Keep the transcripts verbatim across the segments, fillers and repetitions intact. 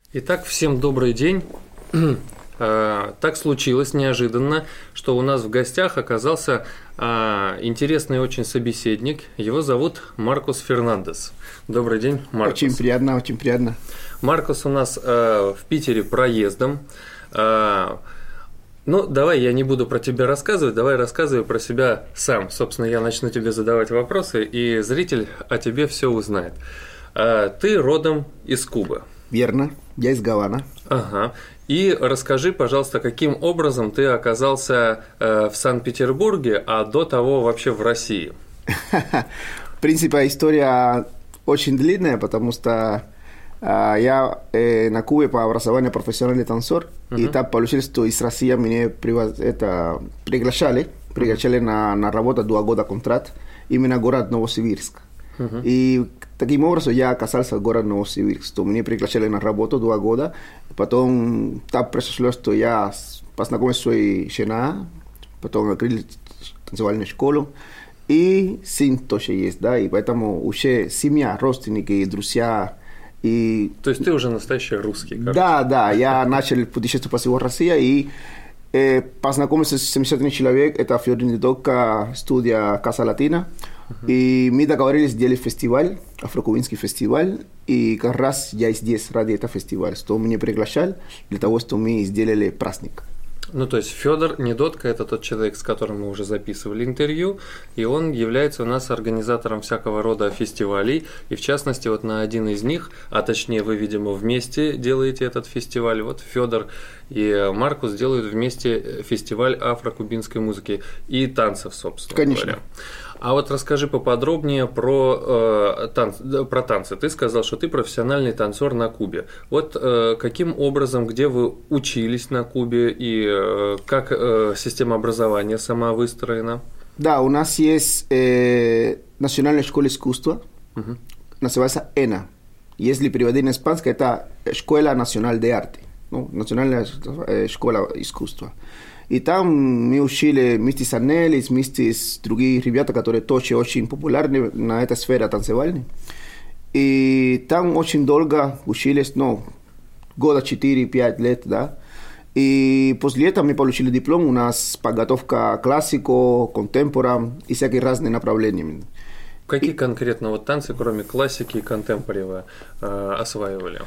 Итак, всем добрый день. Так случилось неожиданно, что у нас в гостях оказался интересный очень собеседник. Его зовут Маркус Фернандес. Добрый день, Маркус. Очень приятно, очень приятно. Маркус у нас в Питере проездом. Ну, давай я не буду про тебя рассказывать, давай рассказывай про себя сам. Собственно, я начну тебе задавать вопросы, и зритель о тебе все узнает. Ты родом из Кубы. Верно, я из Гавана. Ага. И расскажи, пожалуйста, каким образом ты оказался э, в Санкт-Петербурге, а до того вообще в России? В принципе, история очень длинная, потому что э, я э, на Кубе по образованию профессиональный танцор, uh-huh. и там получилось, что из России меня привоз... это, приглашали, приглашали uh-huh. на, на работу два года контракт, именно город Новосибирск. Uh-huh. И таким образом я оказался в городе Новосибирск, что меня приглашали на работу два года, потом там произошло, что я познакомился с своей женой, потом открыли танцевальную школу, и сын тоже есть, да, и поэтому уже семья, родственники, друзья. И... То есть ты уже настоящий русский, короче. Да, да, я начал путешествовать по всей России, и э, познакомился с семьдесят человек, это Фьординидока, студия Casa Latina. Uh-huh. И мы договорились сделать фестиваль, афрокубинский фестиваль, и как раз я здесь ради этого фестиваля, что меня приглашали для того, чтобы мы сделали праздник. Ну, то есть Федор Недотко – это тот человек, с которым мы уже записывали интервью, и он является у нас организатором всякого рода фестивалей, и в частности вот на один из них, а точнее вы, видимо, вместе делаете этот фестиваль, вот Федор и Маркус делают вместе фестиваль афрокубинской музыки и танцев, собственно Конечно. говоря. А вот расскажи поподробнее про, э, танцы, про танцы. Ты сказал, что ты профессиональный танцор на Кубе. Вот э, каким образом, где вы учились на Кубе и э, как э, система образования сама выстроена? Да, у нас есть э, Национальная школа искусства, uh-huh. называется ЭНА. Если переводить на испанский, это Школа национal de arte, ну, Национальная э, школа искусства. И там мы учили вместе с Анелей, вместе с другими ребятами, которые тоже очень популярны на этой сфере танцевальной. И там очень долго учились, ну, года четыре-пять лет, да. И после этого мы получили диплом, у нас подготовка классико, контемпора и всякие разные направления. Какие и... конкретно вот танцы, кроме классики и контемпори, вы э, осваивали?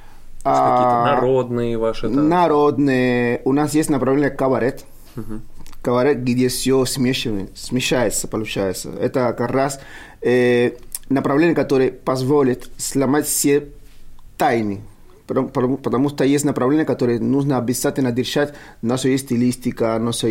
А, какие-то народные ваши танцы? Народные. У нас есть направление кабарет. Uh-huh. Кабарет, где все смешается, получается. Это как раз э, направление, которое позволит сломать все тайны. Потому, потому, потому что есть направление, которое нужно обязательно держать нашу стилистика, наш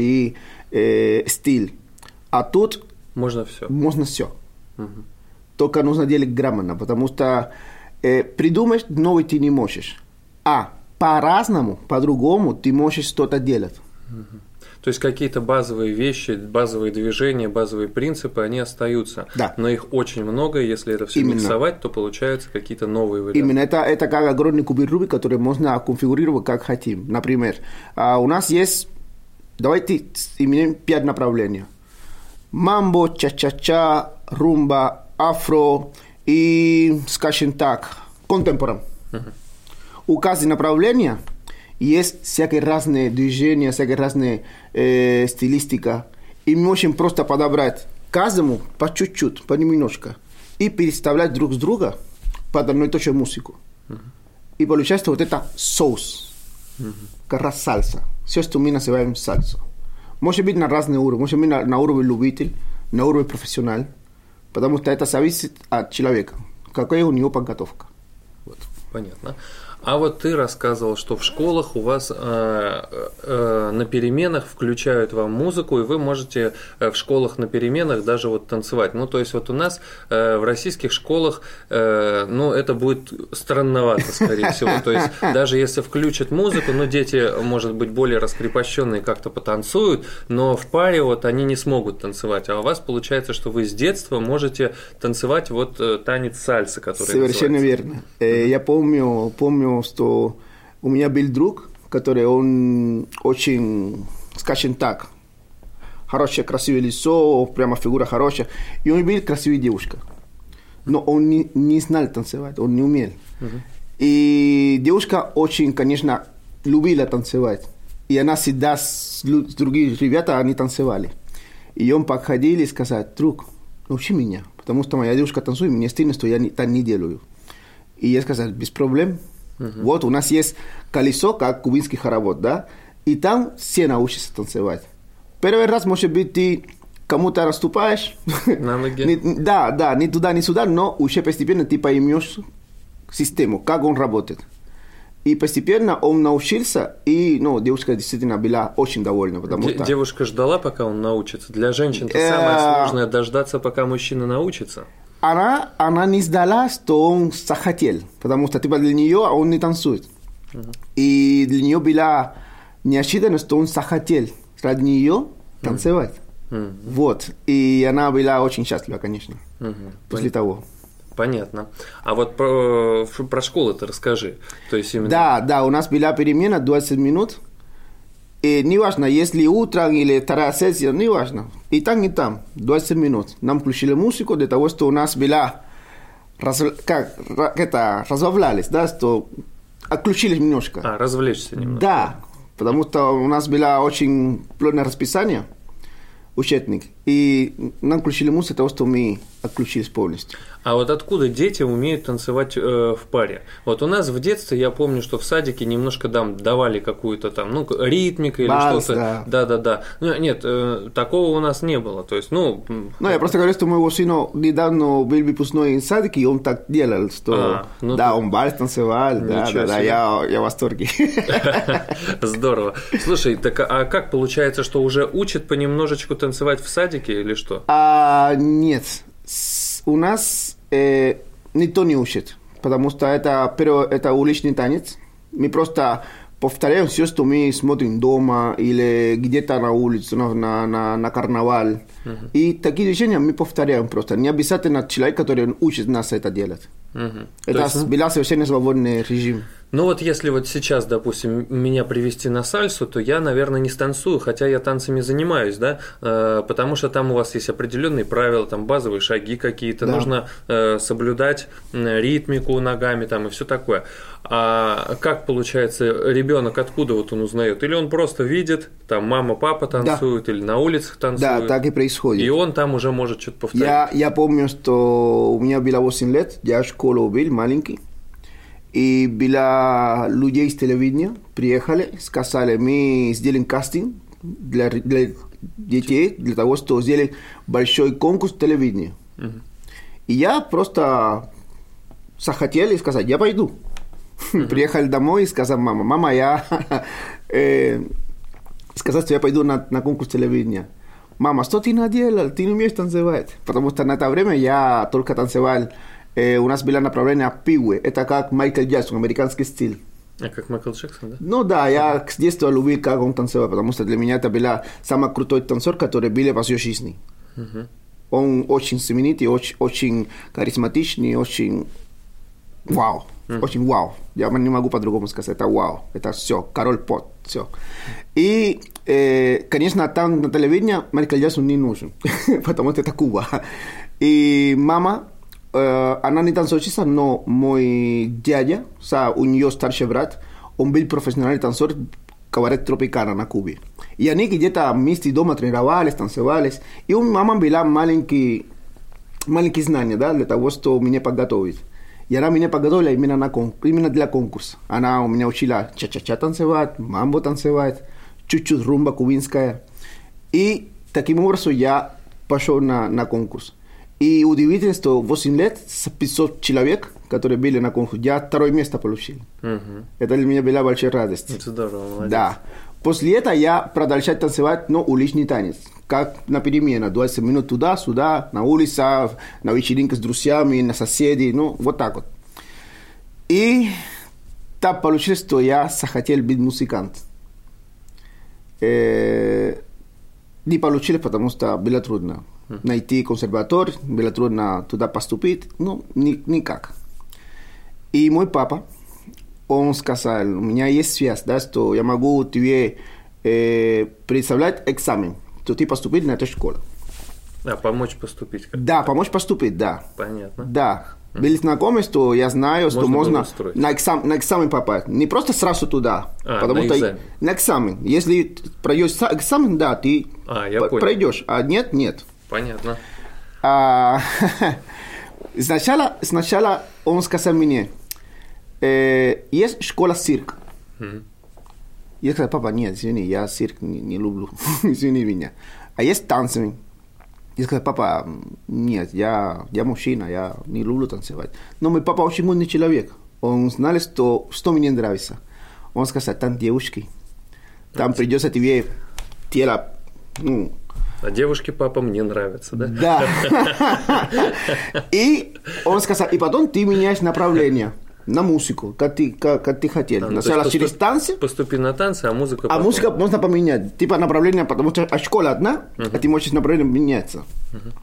э, стиль. А тут можно все. Можно все. Uh-huh. Только нужно делать грамотно, потому что э, придумать новый ты не можешь. А по-разному, по-другому ты можешь что-то делать. Uh-huh. То есть какие-то базовые вещи, базовые движения, базовые принципы, они остаются. Да. Но их очень много, и если это все Именно. миксовать, то получаются какие-то новые варианты. Именно это, это как огромный кубик Рубик, который можно конфигурировать как хотим. Например, у нас есть, давайте именем пять направлений. Мамбо, ча-ча-ча, румба, афро и, скажем так, контемпорам. Uh-huh. У каждого направления есть всякие разные движения, всякие разные э, стилистика. И мы можем просто подобрать каждому по чуть-чуть, по немножко, и переставлять друг с друга под одну и ту же музыку. Uh-huh. И получается вот это соус, uh-huh. как раз сальса. Все, что мы называем сальса. Может быть на разные уровни, может быть на, на уровень любитель, на уровень профессионал, потому что это зависит от человека, какая у него подготовка. Вот. Понятно. А вот ты рассказывал, что в школах у вас э, э, на переменах включают вам музыку, и вы можете в школах на переменах даже вот танцевать. Ну, то есть вот у нас э, в российских школах, э, ну, это будет странновато, скорее всего. То есть даже если включат музыку, ну, дети, может быть, более раскрепощенные как-то потанцуют, но в паре вот они не смогут танцевать. А у вас получается, что вы с детства можете танцевать вот танец сальсы, который Совершенно называется. верно. Mm-hmm. Я помню, помню, что у меня был друг, который он очень, скажем так, хорошее, красивое лицо, прямо фигура хорошая, и он был красивая девушка. Но он не, не знал танцевать, он не умел. Uh-huh. И девушка очень, конечно, любила танцевать. И она всегда с другими ребятами, они танцевали. И он подходил и сказал: друг, научи меня, потому что моя девушка танцует, мне стыдно, что я не, так не делаю. И я сказал: без проблем. Uh-huh. Вот у нас есть колесо, как кубинский хоровод, да, и там все научатся танцевать. Первый раз, может быть, ты кому-то расступаешь. На ноге. не, да, да, ни туда, ни сюда, но уже постепенно ты поймешь систему, как он работает. И постепенно он научился, и ну, девушка действительно была очень довольна. Потому Д- что... Девушка ждала, пока он научится. Для женщин-то самое сложное дождаться, пока мужчина научится. Она, она не ждала, что он захотел, потому что типа, для нее он не танцует. Uh-huh. И для нее была неожиданно, что он захотел ради нее танцевать. Uh-huh. Вот. И она была очень счастлива, конечно, uh-huh. после Пон... того. Понятно. А вот про, про школу-то расскажи. То есть именно... Да, да, у нас была перемена двадцать минут. И не важно, если утром или вторая сессия, не важно. И там, и там, двадцать минут. Нам включили музыку для того, что у нас была... Раз, как это, разговлялись, да, что отключились немножко. А, развлечься немножко. Да, потому что у нас было очень плотное расписание, учебник. И нам включили музыку для того, что мы отключились полностью. А вот откуда дети умеют танцевать э, в паре? Вот у нас в детстве, я помню, что в садике немножко там давали какую-то там, ну, ритмика или Балс, что-то. Да, да, да. Ну, нет, э, такого у нас не было. То есть, ну. Ну, я просто говорю, что моего сына недавно был выпускной в садике, и он так делал, что а, ну, да, ты... он бальс танцевал, да, да, да, я, я в восторге. Здорово. Слушай, так а как получается, что уже учат понемножечку танцевать в садике или что? А, нет. У нас э, никто не учит, потому что это, pero, это уличный танец. Мы просто повторяем все, что мы смотрим дома или где-то на улице, на, на, на карнавал. Uh-huh. И такие движения мы повторяем просто. Не обязательно человек, который учит нас это делать. Uh-huh. Это есть, был совершенно свободный режим. Ну вот если вот сейчас, допустим, меня привести на сальсу, то я, наверное, не станцую, хотя я танцами занимаюсь, да, э, потому что там у вас есть определенные правила, там базовые шаги какие-то, да. Нужно э, соблюдать ритмику ногами там и все такое. А как получается, ребенок откуда вот он узнает? Или он просто видит, там мама, папа танцуют, да. Или на улицах танцуют? Да, так и происходит. И он там уже может что-то повторить. Я, я помню, что у меня было восемь лет, я в школу был маленький. И была людей из телевидения, приехали, сказали, мы сделаем кастинг для, для детей, для того, чтобы сделать большой конкурс телевидения. Uh-huh. И я просто захотел и сказать, я пойду. Uh-huh. Приехали домой и сказал, мама, мама, я э, сказал, что я пойду на, на конкурс телевидения. Мама, что ты наделал? Ты не умеешь танцевать. Потому что на это время я только танцевал. Eh, у нас было направление пиуэ. Это как Майкл Джексон, американский стиль. А как Майкл Джексон, да? Ну да, я с детства любил, как он танцевал, потому что для меня это был самый крутой танцор, который был во всей жизни. Uh-huh. Он очень знаменитый, очень, очень харизматичный, очень вау, uh-huh. очень вау. Я не могу по-другому сказать, это вау, это все, король поп, все. И, э, конечно, там на телевидении Майкл Джексон не нужен, потому что это Куба. И мама... Uh, она не танцовщица, но мой дядя, o sea, у нее старший брат, он был профессиональный танцор кабарет тропикана на Кубе. И они где-то вместе дома тренировались, танцевались. И у мамы была маленькие, маленькие знания, да, для того, чтобы меня подготовить. И она меня подготовила именно, на кон, именно для конкурса. Она у меня учила ча-ча-ча танцевать, мамбо танцевать, чуть-чуть румба кубинская. И таким образом я пошел на, на конкурс. И удивительно, что восемь лет, пятьсот человек, которые были на конкурсе, я второе место получил. Uh-huh. Это для меня была большая радость. Это здорово, молодец. Да. После этого я продолжал танцевать, но уличный танец. Как на перемене, двадцать минут туда-сюда, на улице, на вечеринке с друзьями, на соседей, ну, вот так вот. И так получилось, что я захотел быть музыкантом. Э- не получилось, потому что было трудно. Найти консерваторий, было трудно туда поступить, ну, ни, никак. И мой папа, он сказал, у меня есть связь, да, что я могу тебе э, представлять экзамен, что ты поступил на эту школу. А, помочь поступить? Как-то. Да, помочь поступить, да. Понятно. Да, были знакомы, что я знаю, что можно, можно на, экзам, на экзамен попасть. Не просто сразу туда, а, потому на что экзамен. на экзамен. Если пройдешь экзамен, да, ты а, я пройдешь, а нет, нет. Понятно. А, сначала, сначала он сказал мне, э, есть школа цирк. Mm-hmm. Я сказал, папа, нет, извини, я цирк не, не люблю, извини меня. А есть танцы. Я сказал, папа, нет, я, я мужчина, я не люблю танцевать. Но мой папа очень умный человек. Он знал, что, что мне нравится. Он сказал, там девушки. Там придется тебе тело... Ну, а девушки, папа, мне нравятся, да? Да. И он сказал, и потом ты меняешь направление на музыку, как ты, как, как ты хотел. А, сначала через танцы. Поступи на танцы, а музыка А музыка можно поменять. Типа направление, потому что а школа одна, uh-huh. а ты можешь направление меняться. Uh-huh.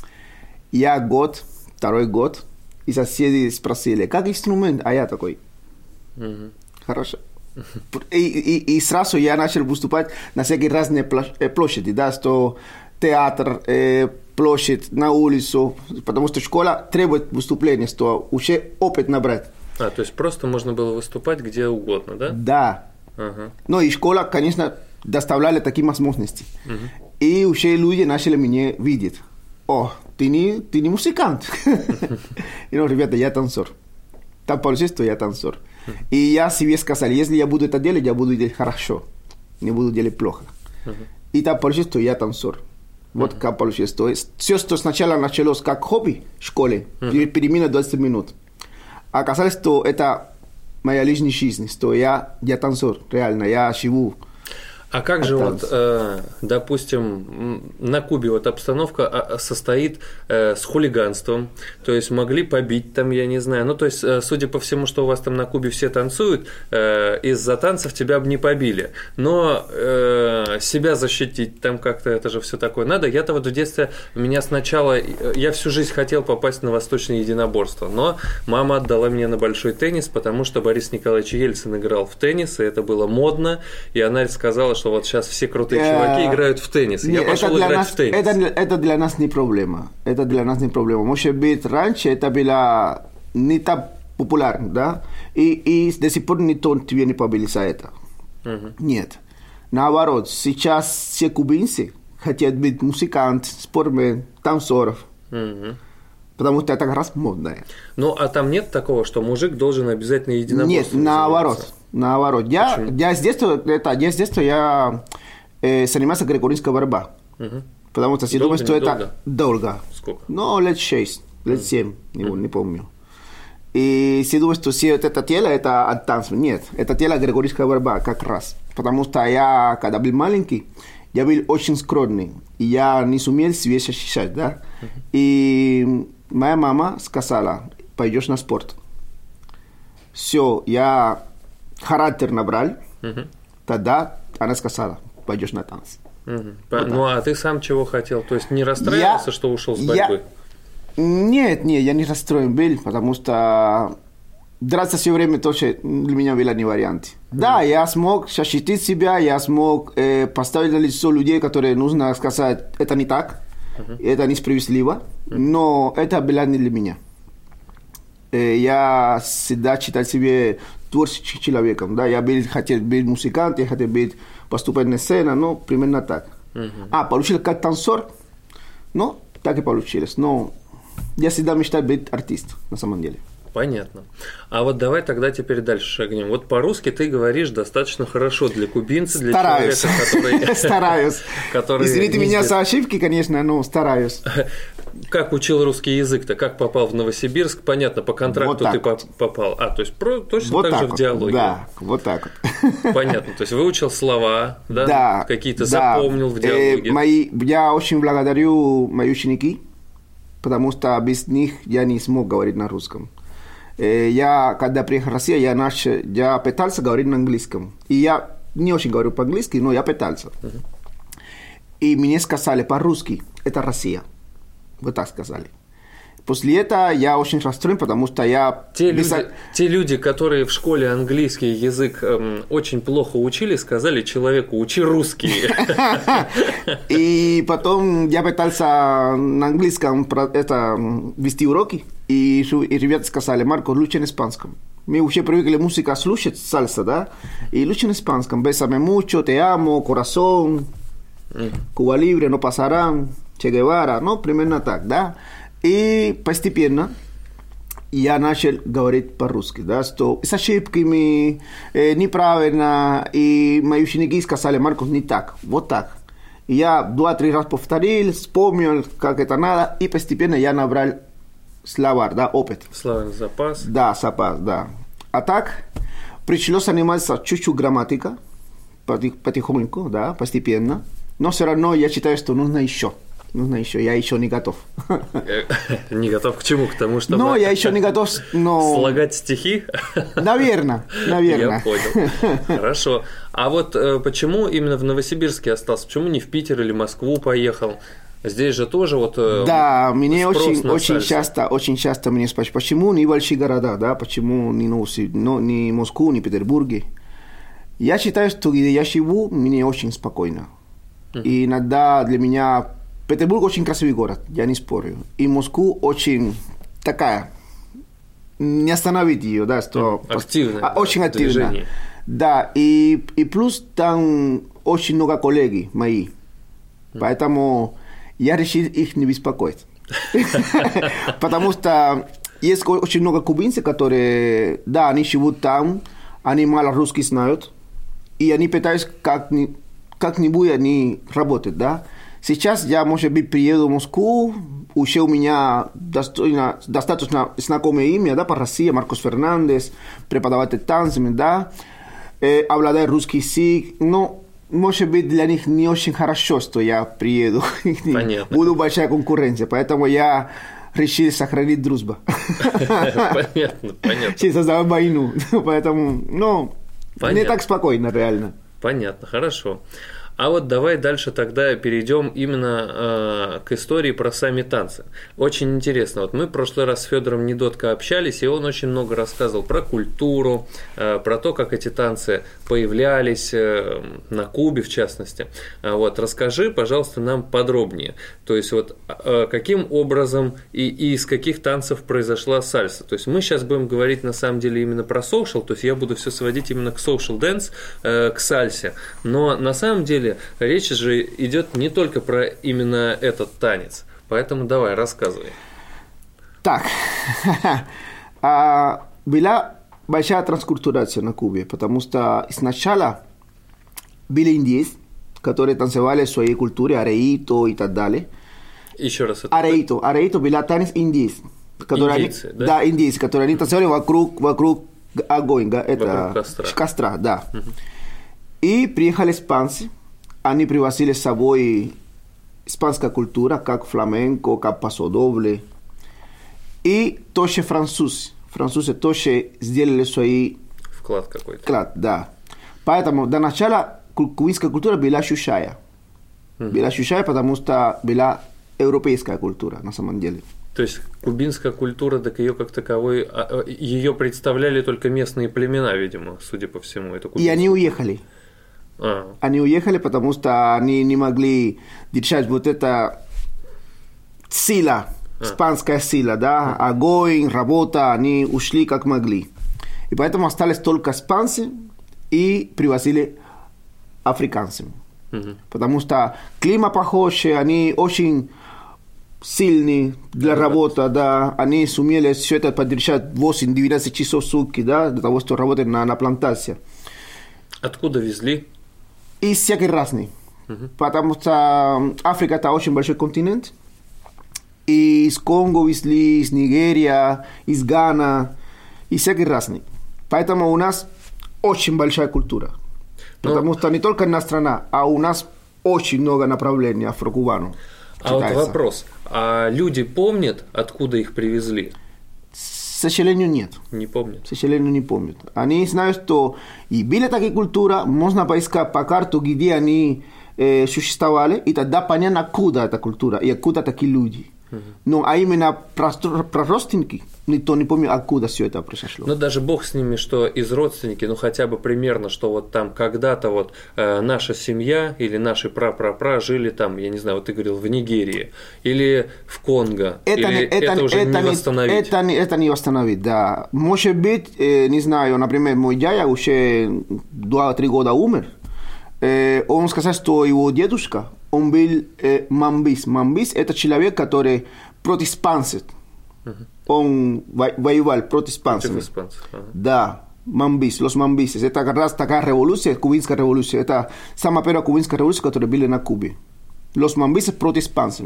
Я год, второй год, и соседи спросили, как инструмент? А я такой, uh-huh. хорошо. И, и, и сразу я начал выступать на всякие разные площади, да, что театр, э, площадь, на улицу, потому что школа требует выступления, что уже опыт набрать. А, то есть просто можно было выступать где угодно, да? Да. Ага. Ну и школа, конечно, доставляли такие возможности. Угу. И уже люди начали меня видеть. О, ты не, ты не музыкант. И ну, ребята, я танцор. Так получилось, что я танцор. И я себе сказал, если я буду это делать, я буду делать хорошо. Не буду делать плохо. И так получилось, что я танцор. Вот как получилось. То есть все, что сначала началось как хобби в школе, перемена двадцать минут. Оказалось, что это моя личная жизнь, что я, я танцор, реально, я живу. А как же вот, э, допустим, на Кубе вот обстановка состоит э, с хулиганством, то есть могли побить там, я не знаю, ну то есть, э, судя по всему, что у вас там на Кубе все танцуют, э, из-за танцев тебя бы не побили, но э, себя защитить там как-то это же все такое надо. Я-то вот в детстве, у меня сначала, я всю жизнь хотел попасть на восточное единоборство, но мама отдала меня на большой теннис, потому что Борис Николаевич Ельцин играл в теннис, и это было модно, и она сказала, что вот сейчас все крутые чуваки играют в теннис. Нет, я пошел играть нас, в теннис. Это, это для нас не проблема. Это для нас не проблема. Может быть, раньше это было не так популярно, да? И, и до сих пор никто тебе не побили за это. Uh-huh. Нет. Наоборот, сейчас все кубинцы хотят быть музыкантами, спортсменами, танцоров. Uh-huh. Потому что это как раз модное. Ну, а там нет такого, что мужик должен обязательно единоборством? Нет, наоборот. Наоборот. Я, я с детства, это, я с детства я, э, занимался греко-римской борьбой. Угу. Потому что я думаю, что это долго. долго. Сколько? Ну, лет шесть, лет угу. семь, не, угу. не помню. И я думаю, что все это тело, это от танцев. Нет, это тело греко-римской борьбы как раз. Потому что я, когда был маленький, я был очень скромный. И я не сумел себя защищать, да. Угу. И моя мама сказала, пойдешь на спорт. Все, я характер набрал, uh-huh. тогда она сказала, пойдешь на танцы. Uh-huh. Вот ну, так. А ты сам чего хотел? То есть не расстраивался, я, что ушел с борьбы? Я... Нет, нет, я не расстроен был, потому что драться все время тоже для меня было не вариант. Uh-huh. Да, я смог защитить себя, я смог э, поставить на лицо людей, которые нужно сказать, это не так, uh-huh. это несправедливо, uh-huh. но это было не для меня. Э, я всегда считал себя творческим человеком, да, я был, хотел быть музыкантом, я хотел быть, поступать на сцену, ну, примерно так. Uh-huh. А, получилось как танцор, ну, так и получилось, но я всегда мечтал быть артистом, на самом деле. Понятно. А вот давай тогда теперь дальше шагнем. Вот по-русски ты говоришь достаточно хорошо для кубинца, для стараюсь. человека, который... Стараюсь. который Извините меня за ошибки, конечно, но стараюсь. Как учил русский язык-то? Как попал в Новосибирск? Понятно, по контракту вот ты вот. попал. А, то есть про, точно вот так, так же вот. в диалоге? Да, вот так вот. Понятно. То есть выучил слова, да? Да. Какие-то да. запомнил в диалоге? Э, мои, я очень благодарю мои ученики, потому что без них я не смог говорить на русском. Я, когда приехал в Россию, я, начал, я пытался говорить на английском. И я не очень говорю по-английски, но я пытался. Uh-huh. И мне сказали по-русски, это Россия. Вот так сказали. После этого я очень расстроен, потому что я... Те люди, те люди, которые в школе английский язык эм, очень плохо учили, сказали человеку: учи русский. И потом я пытался на английском это, вести уроки, и, и ребята сказали: Марко, лучше на испанском. Мы уже привыкли музыка слушать, сальса, да? И лучше на испанском. Bésame mucho, te amo, corazón, Cuba libre, no pasarán, Che Guevara, ну, примерно так, да? И постепенно я начал говорить по-русски, да, что с ошибками, э, неправильно, и мои ученики сказали: Маркус, не так, вот так. И я два-три раза повторил, вспомнил, как это надо, и постепенно я набрал словарь, да, опыт. Словарный запас. Да, запас, да. А так, пришлось заниматься чуть-чуть грамматика, потихоньку, да, постепенно, но все равно я считаю, что нужно еще. Нужно еще, я еще не готов. Не готов к чему? К тому, чтобы... Ну, я еще не готов, но... Слагать стихи? Наверное, наверное. Я понял. Хорошо. А вот э, почему именно в Новосибирске остался? Почему не в Питер или Москву поехал? Здесь же тоже вот... Э, да, мне очень, очень часто, очень часто меня спрашивают, почему не большие города, да, почему не, Новосиб... ну, не Москву, не Петербурге. Я считаю, что где я живу, мне очень спокойно. Mm-hmm. И иногда для меня... Петербург очень красивый город, я не спорю. И Москву очень такая, не остановить ее, да, что... Активная. А, очень активная. Движение. Да, и, и плюс там очень много коллег мои. Mm. Поэтому я решил их не беспокоить. Потому что есть очень много кубинцев, которые, да, они живут там, они мало русский знают, и они пытаются как-нибудь они работать, да. Сейчас я, может быть, приеду в Москву, уже у меня достойно, достаточно знакомое имя, да, по России, Маркос Фернандес, преподаватель танцами, да, э, обладает русский язык, но, может быть, для них не очень хорошо, что я приеду. Понятно. Буду большая конкуренция, поэтому я решил сохранить дружбу. Понятно, понятно. Сейчас создавать войну, поэтому, ну, не так спокойно, реально. Понятно, хорошо. А вот давай дальше тогда перейдем именно э, к истории про сами танцы. Очень интересно. Вот мы в прошлый раз с Федором Недотко общались, и он очень много рассказывал про культуру, э, про то, как эти танцы появлялись э, на Кубе, в частности. А вот расскажи, пожалуйста, нам подробнее. То есть вот э, каким образом и, и из каких танцев произошла сальса. То есть мы сейчас будем говорить на самом деле именно про social, то есть я буду все сводить именно к social dance, э, к сальсе. Но на самом деле речь же идет не только про именно этот танец. Поэтому давай, рассказывай. Так, была большая транскультурация на Кубе, потому что сначала были индейцы, которые танцевали в своей культуре, ареито и так далее. Еще раз. Это ареито, ареито была танец индейцев. Индейцы, они, да? Да, индейцы, которые они танцевали вокруг, вокруг огонь, это вокруг костра. костра, да. Угу. И приехали испанцы. Они привозили с собой испанская культура, как фламенко, как пасодобле. И тоже французы. Французы тоже сделали свой вклад какой-то. Вклад, да. Поэтому до начала кубинская культура была чужая. Mm-hmm. Была чужая, потому что была европейская культура на самом деле. То есть кубинская культура, так ее как таковой, ее представляли только местные племена, видимо, судя по всему. Это и они уехали. А. Они уехали, потому что они не могли держать вот эта сила, а. испанская сила, да, а. огонь, работа, они ушли как могли. И поэтому остались только испанцы и привозили африканцев. Угу. Потому что климат похожий, они очень сильные для да, работы, да, они сумели все это поддержать восемь-девятнадцать часов в сутки, да, для того, чтобы работать на, на плантации. Откуда везли? И всякие разные. Uh-huh. Потому что Африка – это очень большой континент. И из Конго везли, из Нигерии, из Гана, и всякие разные. Поэтому у нас очень большая культура. Но... Потому что не только одна страна, а у нас очень много направлений афрокубанов. А вот вопрос. А люди помнят, откуда их привезли? К сожалению, нет. Не помнят? К сожалению, не помнят. Они знают, что и были такие культуры, можно поискать по карту, где они э, существовали, и тогда понятно, откуда эта культура и откуда такие люди. Но а именно про, про родственники никто не помнит, откуда все это произошло. Ну, даже бог с ними, что из родственники, ну, хотя бы примерно, что вот там когда-то вот э, наша семья или наши пра-пра-пра жили там, я не знаю, вот ты говорил, в Нигерии или в Конго, это или не, это, это уже это не восстановить? Это, не, это не восстановить, да. Может быть, э, не знаю, например, мой дядя уже два-три года умер, э, он сказал, что его дедушка, он был э, мамбис. Мамбис – это человек, который против испанцев. Uh-huh. Он во- воевал против испанцев. Против испанцев. Uh-huh. Да, мамбис, los мамбиses. Это как раз такая революция, кубинская революция. Это самая первая кубинская революция, которая была на Кубе. Los мамбиses против испанцев.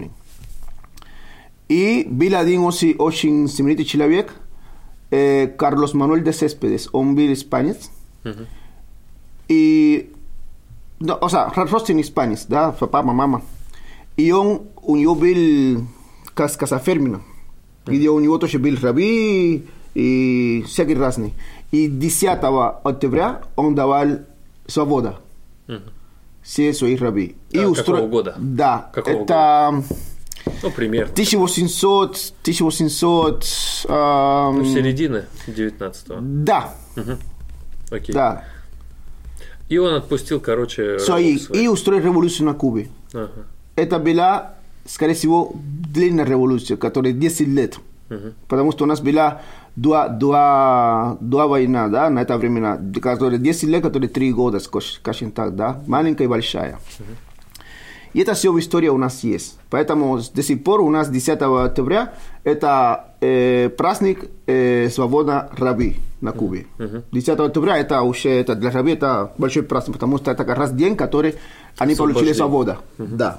И был один очень, очень знаменитый человек, э, Карлос Мануэль де Céspedes. Он был испанец. Uh-huh. И, no, o sea, родственник испанец, да, папа, мама. И он, у него был casa фермина. И у него тоже был раби и всякие разные. И десятого октября он давал свободу. Uh-huh. Все свои раби. А, и какого устро... года? Да. Какого это... года? Ну, примерно. тысяча восемьсот... тысяча восемьсот... Эм... Ну, середины девятнадцатого. Да. Угу. Окей. Да. И он отпустил, короче... Свои. И устроил революцию на Кубе. Ага. Это была, скорее всего, длинная революция, которая десять лет. Uh-huh. Потому что у нас была два, два, два войны, да, на это время, которые десять лет, которые три года, скажем так, да, маленькая и большая. Uh-huh. И это все в истории у нас есть. Поэтому до сих пор у нас десятого октября это э, праздник э, свобода раби на Кубе. Uh-huh. десятого октября это уже это для раби это большой праздник, потому что это как раз день, который они получили свободу. Uh-huh. Да.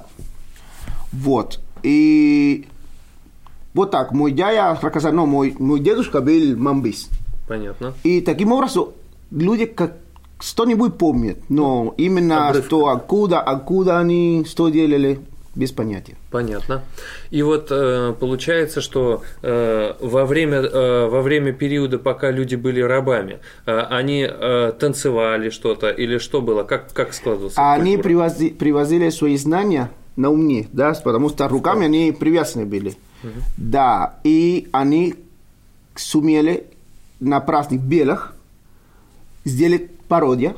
Вот. И вот так. Мой дядя рассказал, ну, мой, мой дедушка был мамбис. Понятно. И таким образом люди как что-нибудь помнят, но именно Обрывки. что откуда, откуда они, что делали, без понятия. Понятно. И вот э, получается, что э, во время, э, во время периода, пока люди были рабами, э, они э, танцевали что-то или что было? Как, как складывалась Они культура? привози, привозили свои знания на умне, да, потому что руками они привязаны были. Uh-huh. Да, и они сумели на праздник белых сделать пародия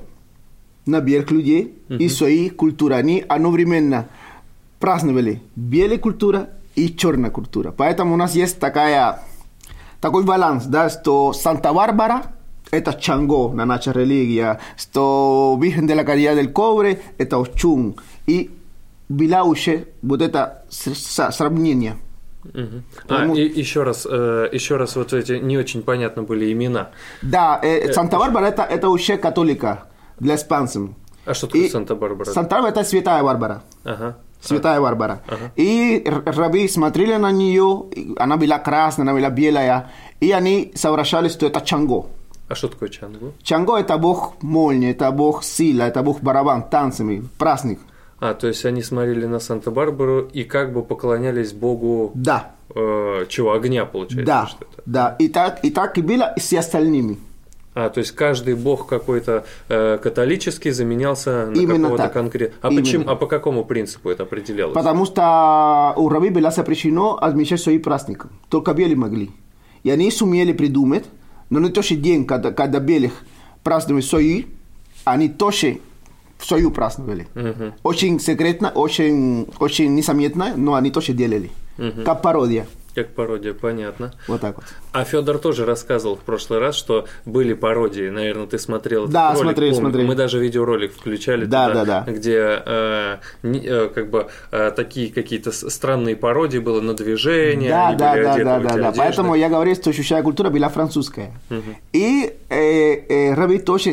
на белых людей uh-huh. и свои культуры. Они одновременно праздновали белая культура и черная культура. Поэтому у нас есть такая, такой баланс, да, что Санта-Барбара – это Чанго, на наша религия, что Virgen de la Caridad del Cobre – это Очун. И было уже вот это сравнение. Угу. Потому... А, и еще раз, э, еще раз вот эти не очень понятно были имена. Да, э, Санта-Барбара это, это уже католика для испанцев. А что такое Санта-Барбара? Санта-Барбара это Святая Барбара. Ага. Святая а. Барбара. Ага. И раби смотрели на нее, она была красная, она была белая, и они соображали, что это Чанго. А что такое Чанго? Чанго это бог молнии, это бог сила, это бог барабан, танцами, праздник. А, то есть они смотрели на Санта-Барбару и как бы поклонялись богу... Да. Э, чего, огня, получается? Да, что это? да. И так, и так и было и с остальными. А, то есть каждый бог какой-то э, католический заменялся на Именно какого-то конкретного... А, почему, а по какому принципу это определялось? Потому что у раби было запрещено отмечать свои праздники. Только белые могли. И они сумели придумать, но не тот же день, когда, когда белых праздновали свои, они тоже свою праздновали. Uh-huh. Очень секретно, очень, очень незаметно, но они тоже делали. Uh-huh. Как пародия. Как пародия, понятно. Вот так вот. А Федор тоже рассказывал в прошлый раз, что были пародии. Наверное, ты смотрел этот да, ролик. смотрели, смотрели. Мы даже видеоролик включали да, туда, да, да. где э, не, э, как бы э, такие какие-то странные пародии было на движения. Да, они да, были да, одеты да, в да, эти да. одежды. Поэтому я говорю, что чужая культура была французская. Uh-huh. И э, э, раби тоже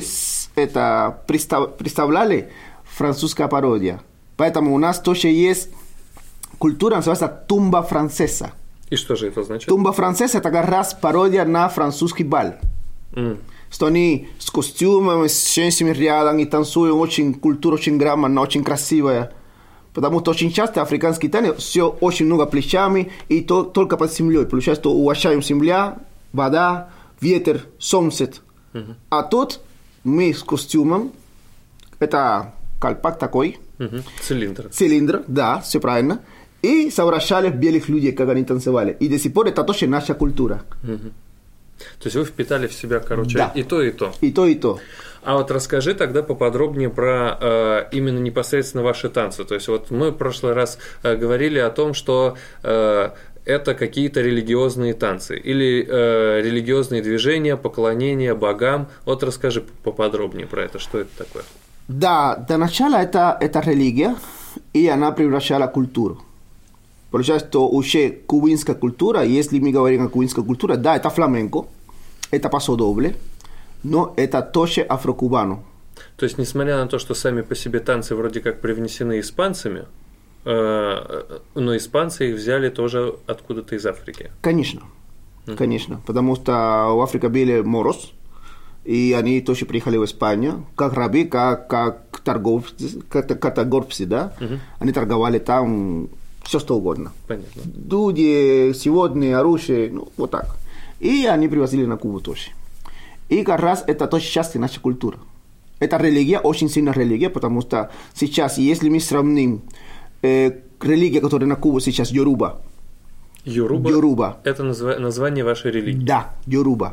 это представ, представляли французская пародия. Поэтому у нас тоже есть культура, называется тумба францеса. И что же это значит? Тумба францеса – это как раз пародия на французский бал. Mm. Что они с костюмами, с женщинами рядом и танцуют, очень, культура очень грамотная, очень красивая. Потому что очень часто африканский танец все очень много плечами и то, только под землей. Получается, что уважаем земля, вода, ветер, солнце. Mm-hmm. А тут мы с костюмом, это колпак такой. Mm-hmm. Цилиндр. Цилиндр, да, все правильно. И совращали белых людей, как они танцевали. И до сих пор это тоже наша культура. Угу. То есть вы впитали в себя, короче, да. и то, и то. И то, и то. А вот расскажи тогда поподробнее про э, именно непосредственно ваши танцы. То есть вот мы в прошлый раз э, говорили о том, что э, это какие-то религиозные танцы или э, религиозные движения, поклонения богам. Вот расскажи поподробнее про это, что это такое. Да, до начала это, это религия, и она превращала культуру. Получается, что уже кубинская культура, если мы говорим о кубинской культуре, да, это фламенко, это пасодобле, но это тоже афрокубано. То есть, несмотря на то, что сами по себе танцы вроде как привнесены испанцами, э, но испанцы их взяли тоже откуда-то из Африки. Конечно, mm-hmm. конечно, потому что в Африке были морос, и они тоже приехали в Испанию, как рабы, как, как торговцы, как, как торговцы, да, mm-hmm. они торговали там все что угодно. Понятно. Люди, сегодня, оружие, ну, вот так. И они привозили на Кубу тоже. И как раз это тоже часть нашей культуры. Это религия, очень сильная религия, потому что сейчас, если мы сравним э, религию, которая на Кубе сейчас, Йоруба. Йоруба? Йоруба. Это назва- название вашей религии? Да, Йоруба.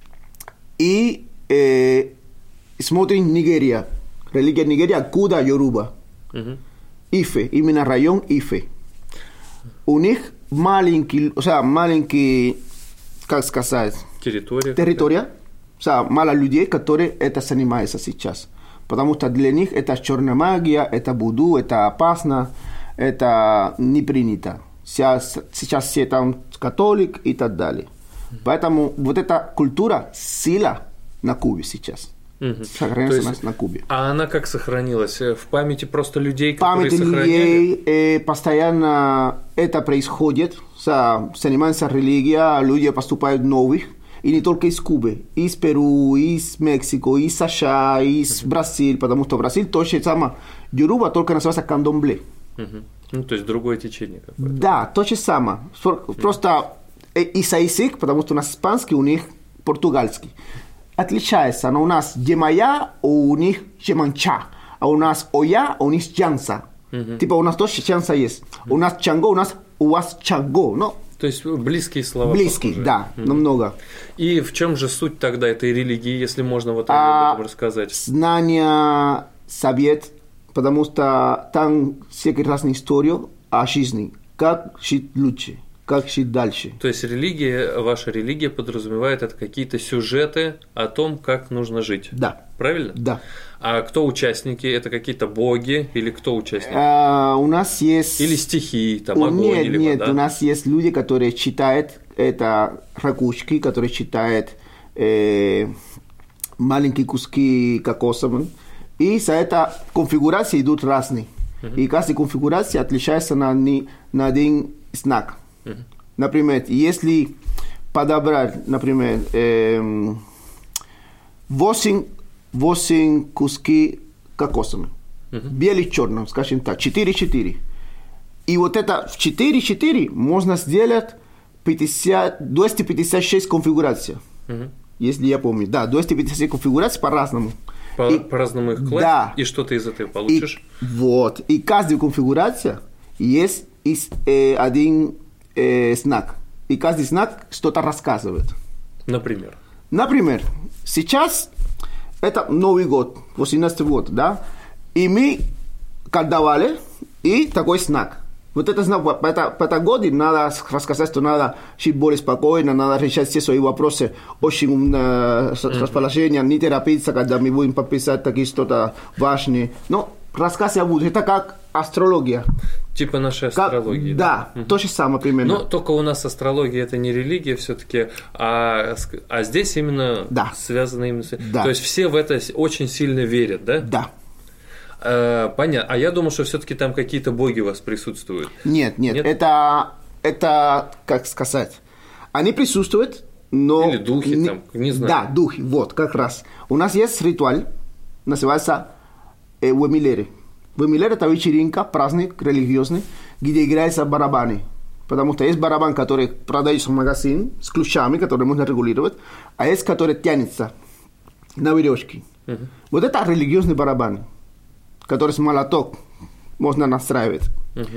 И э, смотрим Нигерия. Религия Нигерия, откуда Йоруба? Угу. Ифе, именно район Ифе. У них маленький, о sea, маленький, как сказать, территория, территория, о sea, мало людей, которые это занимаются сейчас. Потому что для них это черная магия, это вуду, это опасно, это не принято. Сейчас, сейчас все там католик и так далее. Mm-hmm. Поэтому вот эта культура, сила на Кубе сейчас. Mm-hmm. Сохранилась есть, на Кубе. А она как сохранилась? В памяти просто людей, которые памяти сохраняли? Людей, э, постоянно это происходит. Занимается религия, люди поступают новых. И не только из Кубы, из Перу, из Мексики, из США, из uh-huh. Бразилии, потому что Бразилия тоже самое. Йоруба только называется кандомбле. Uh-huh. Ну, то есть другое течение какое-то. Да, то же самое. Uh-huh. Просто из-за языка, потому что у нас испанский, у них португальский. Отличается, но у нас Емая, у них Еманча, а у нас Оя, у них Янса. Uh-huh. Типа у нас тоже Янса есть. Uh-huh. У нас Чанго, у нас у вас Чанго, но... То есть близкие слова. Близкие, похожие. Да, mm-hmm. намного. И в чем же суть тогда этой религии, если можно вот а, об этом рассказать? Знание, совет, потому что там всякие разные истории о жизни. Как жить лучше, как жить дальше. То есть религия, ваша религия подразумевает это какие-то сюжеты о том, как нужно жить. Да. Правильно? Да. А кто участники? Это какие-то боги или кто участники? А, у нас есть... Или стихии, там огонь нет, или нет, вода? У нас есть люди, которые читают это ракушки, которые читают э, маленькие куски кокосовые. И за это конфигурации идут разные. Uh-huh. И каждая конфигурация отличается на, на один знак. Uh-huh. Например, если подобрать, например, э, восемь восемь куски кокосами. Uh-huh. Белый, черный, скажем так, четыре-четыре. И вот это в четыре-четыре можно сделать пятьдесят, двести пятьдесят шесть конфигураций. Uh-huh. Если я помню. Да, двести пятьдесят шесть конфигураций по-разному. По- и, по-разному их класть, да. И что ты из этого получишь? И, вот. И каждая конфигурация есть э, один э, знак. И каждый знак что-то рассказывает. Например? Например, сейчас... Это Новый год, восемнадцатый год, да? И мы колдовали, и такой знак. Вот это знак, по этом году надо рассказать, что надо жить более спокойно, надо решать все свои вопросы очень э, с расположением, не торопиться, когда мы будем подписать такие что-то важное. Но рассказ я буду, это как астрология. Типа нашей астрологии. Как, да, да. Угу. То же самое примерно. Но только у нас астрология это не религия все-таки, а, а здесь именно да. связано именно с... Да. То есть все в это очень сильно верят, да? Да. А, понятно. А я думал, что все-таки там какие-то боги у вас присутствуют. Нет, нет, нет? Это, это, как сказать, они присутствуют, но... Или духи не, там, не знаю. Да, духи, вот, как раз. У нас есть ритуал, называется э, Уэмилери. Вымилер – это вечеринка, праздник религиозный, где играются барабаны. Потому что есть барабан, который продается в магазин с ключами, которые можно регулировать, а есть, который тянется на веревке. Uh-huh. Вот это религиозный барабан, который с молоток можно настраивать. Uh-huh.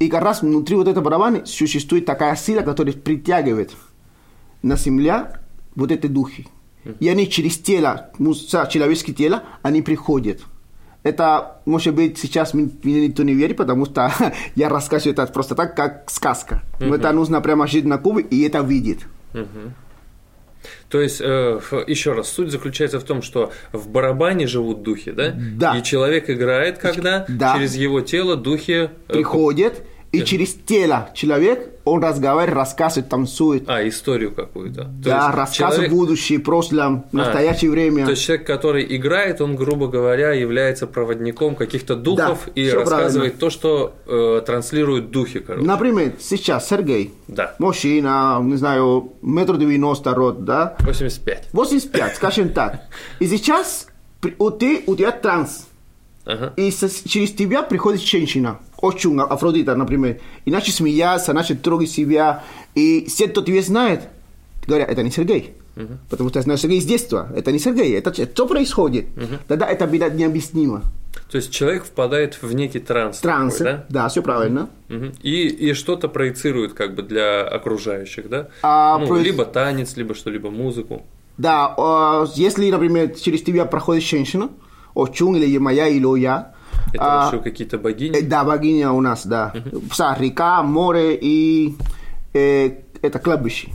И как раз внутри вот этого барабана существует такая сила, которая притягивает на землю вот эти духи. И они через тело, человеческое тело, они приходят. Это, может быть, сейчас мне никто не верит, потому что я рассказываю это просто так, как сказка. Но uh-huh. это нужно прямо жить на Кубе, и это видеть. Uh-huh. То есть, э, еще раз, суть заключается в том, что в барабане живут духи, да? Да. И человек играет, когда да. через его тело духи... Э, приходят, и uh-huh. через тело человек, он разговаривает, рассказывает, танцует. А, историю какую-то. Да, рассказывает человек... будущее, прошлое, настоящее а, время. То есть, человек, который играет, он, грубо говоря, является проводником каких-то духов да, и рассказывает правильно. То, что э, транслируют духи, короче. Например, сейчас Сергей, да. мужчина, не знаю, метр девяносто рот, да? восемьдесят пять. восемьдесят пять, скажем так. И сейчас у, ты, у тебя транс. Ага. И с, через тебя приходит женщина, очень Афродита, например, и начали смеяться, начали трогать себя, и все, кто тебя знает, говорят, это не Сергей, uh-huh. потому что я знаю Сергей с детства, это не Сергей, это что происходит? Uh-huh. Тогда это было необъяснимо. То есть человек впадает в некий транс. Транс, такой, да? Да, все правильно. Uh-huh. И, и что-то проецирует как бы для окружающих, да? А, ну, про... Либо танец, либо что-либо, музыку. Да, э, если, например, через тебя проходит женщина, Очун или моя, или я. Это а, вообще какие-то богини? Да, богиня у нас, да. Uh-huh. Вся река, море и э, это кладбище.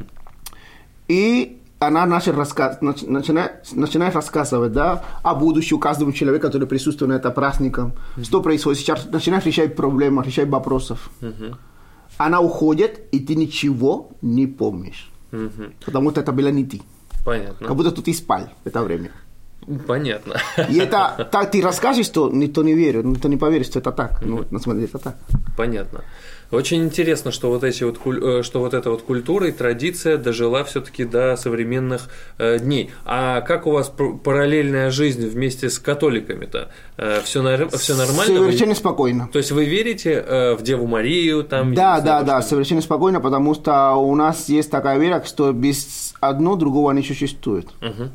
И она начинает, рассказ, начинает, начинает рассказывать, да, о будущем каждому человеку, который присутствует на этом празднике. Uh-huh. Что происходит сейчас? Начинает решать проблемы, решать вопросов. Uh-huh. Она уходит, и ты ничего не помнишь. Uh-huh. Потому что это было не ты. Понятно. Как будто ты спал в это время. Понятно. И это так ты расскажешь, что никто не верит, никто не поверит, что это так. Ну, на самом деле это так. Понятно. Очень интересно, что вот эти вот что вот эта вот культура и традиция дожила все-таки до современных э, дней. А как у вас параллельная жизнь вместе с католиками-то? Э, все, все нормально? Совершенно вы... спокойно. То есть вы верите э, в Деву Марию? Там, да, да, да, что... совершенно спокойно, потому что у нас есть такая вера, что без одного другого не существует. Угу.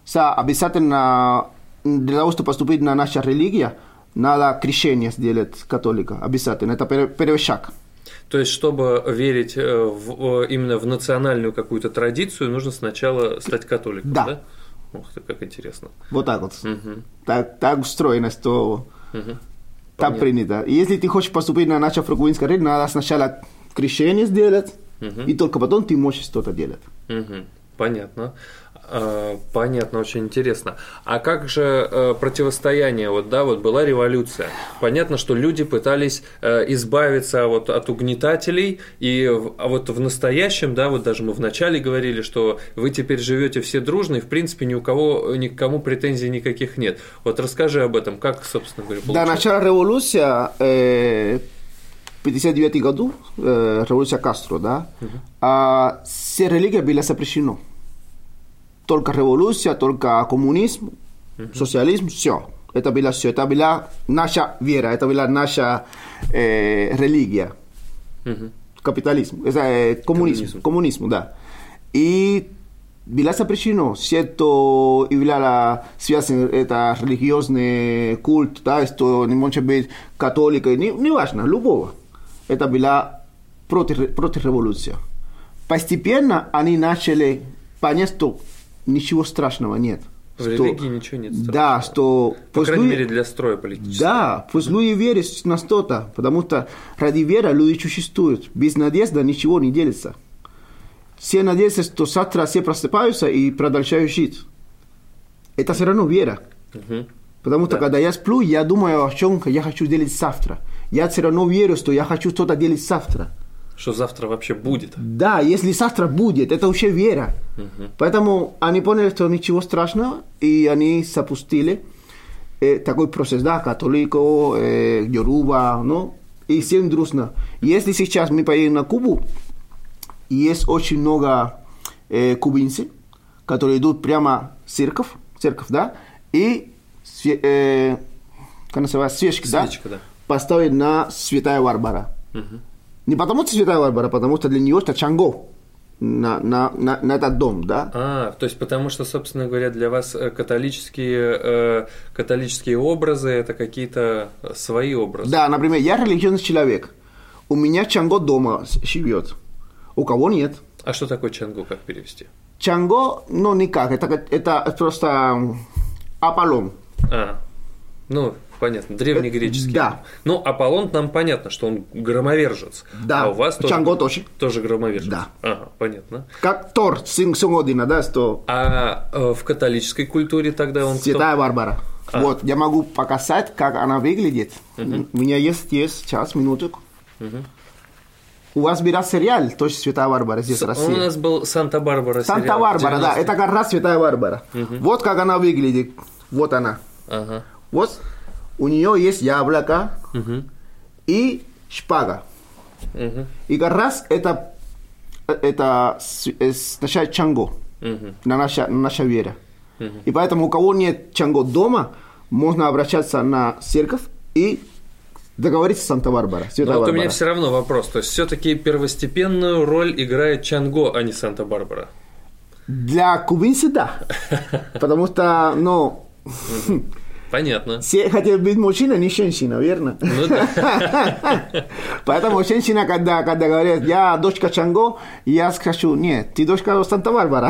Обязательно для того, чтобы поступить на нашу религию, надо крещение сделать католика. Обязательно. Это первый шаг. То есть, чтобы верить в, именно в национальную какую-то традицию, нужно сначала стать католиком, да? да? Ух ты, как интересно. Вот так вот. Угу. Так, так устроено, что угу. так принято. И если ты хочешь поступить на нашу фрукуинскую религию, надо сначала крещение сделать, угу. и только потом ты можешь что-то делать. Угу. Понятно. Понятно, очень интересно. А как же э, противостояние? Вот, да, вот была революция. Понятно, что люди пытались э, избавиться вот от угнетателей, и а вот в настоящем, да, вот даже мы вначале говорили, что вы теперь живете все дружно, и в принципе ни у кого, ни к кому претензий никаких нет. Вот расскажи об этом, как, собственно говоря, получилось? До начала революции, э, в пятьдесят девятом году, э, революция Кастро, да, угу. а, все религии были запрещены. Только революция, только коммунизм, uh-huh. социализм, все. Это было все. Это была наша вера, это была наша э, религия. Uh-huh. Капитализм, это, э, коммунизм, коммунизм. коммунизм, да. И было запрещено. Cierto, являла связан это религиозный культ, да, что не может быть католика, не, не важно, любого. Это была против, против революции. Постепенно они начали понять, что ничего страшного нет. В религии ничего нет страшного. Да, что... По крайней люди, мере, для строя политического. Да, пусть mm-hmm. люди верят на что-то, потому что ради веры люди существуют. Без надежды ничего не делится. Все надеются, что завтра все просыпаются и продолжают жить. Это все равно вера. Mm-hmm. Потому что, да. когда я сплю, я думаю, о чем я хочу делать завтра. Я все равно верю, что я хочу что-то делать завтра. Что завтра вообще будет. Да, если завтра будет, это уже вера. Uh-huh. Поэтому они поняли, что ничего страшного, и они запустили э, такой процесс, да, католико, э, Йоруба, ну, и всем дружно. Если сейчас мы поедем на Кубу, есть очень много э, кубинцев, которые идут прямо в церковь, церковь, да, и э, как называется, свечки, Свечка, да, да, поставить на Святая Варвара. Uh-huh. Не потому что Святая Варвара, потому что для нее это Чанго на, на, на, на этот дом, да? А, то есть потому что, собственно говоря, для вас католические, э, католические образы – это какие-то свои образы. Да, например, я религиозный человек, у меня Чанго дома живет, у кого нет. А что такое Чанго, как перевести? Чанго, ну, никак, это, это просто Аполлон. А, ну, понятно, древнегреческий. Да. Ну, Аполлон нам понятно, что он громовержец. Да, а у вас Чанго тоже, тоже. тоже громовержец. Да. Ага, понятно. Как Тор, сын, сын Одина, да, что... А э, в католической культуре тогда он Святая кто? Барбара. А. Вот, я могу показать, как она выглядит. Uh-huh. У меня есть, есть, сейчас, минуток. Uh-huh. У вас был сериал, тоже Святая Барбара, здесь в России. У нас был Санта-Барбара сериал. Санта-Барбара, да, это как раз Святая Барбара. Uh-huh. Вот как она выглядит, вот она. Uh-huh. Вот у нее есть яблоко uh-huh. и шпага. Uh-huh. И как раз это, это означает Чанго, uh-huh. на наша, на наша вера. Uh-huh. И поэтому у кого нет Чанго дома, можно обращаться на церковь и договориться с Санта-Барбара. Но вот у меня все равно вопрос. То есть все-таки первостепенную роль играет Чанго, а не Санта-Барбара? Для кубинцев да. Потому что, ну... Понятно. Все хотят быть мужчиной, не женщина, верно? Ну да. Поэтому женщина, когда, когда говорит, я дочка Чанго, я скажу, нет, ты дочка Санта-Барбара.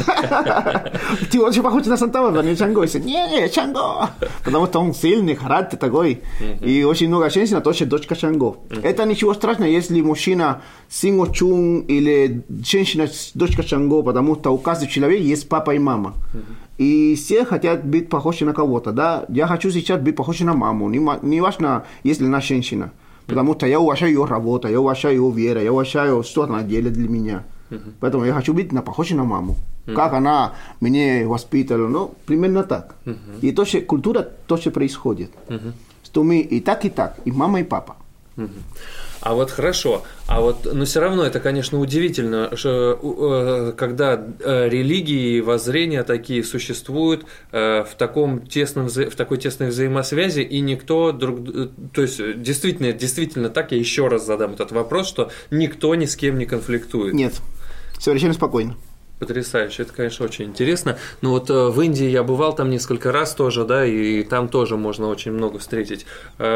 Ты очень похож на Санта-Барбара, не Чанго. И говорит, нет, Чанго. Потому что он сильный, характер такой. И очень много женщин тоже дочка Чанго. Это ничего страшного, если мужчина сын Очун или женщина дочка Чанго, потому что у каждого человека есть папа и мама. И все хотят быть похожи на кого-то, да. Я хочу сейчас быть похож на маму, не, не важно, если она женщина. Потому что я уважаю ее работу, я уважаю ее веру, я уважаю, что она делает для меня. Uh-huh. Поэтому я хочу быть похожа на маму. Uh-huh. Как она меня воспитала, ну, примерно так. Uh-huh. И тоже культура тоже происходит. Uh-huh. Что мы и так, и так, и мама, и папа. Uh-huh. А вот хорошо, а вот, но все равно это, конечно, удивительно, что, когда религии и воззрения такие существуют в таком тесном, в такой тесной взаимосвязи, и никто друг, то есть действительно, действительно так, я еще раз задам этот вопрос, что никто ни с кем не конфликтует. Нет, совершенно спокойно. Потрясающе, это, конечно, очень интересно. Но вот в Индии я бывал там несколько раз тоже, да, и там тоже можно очень много встретить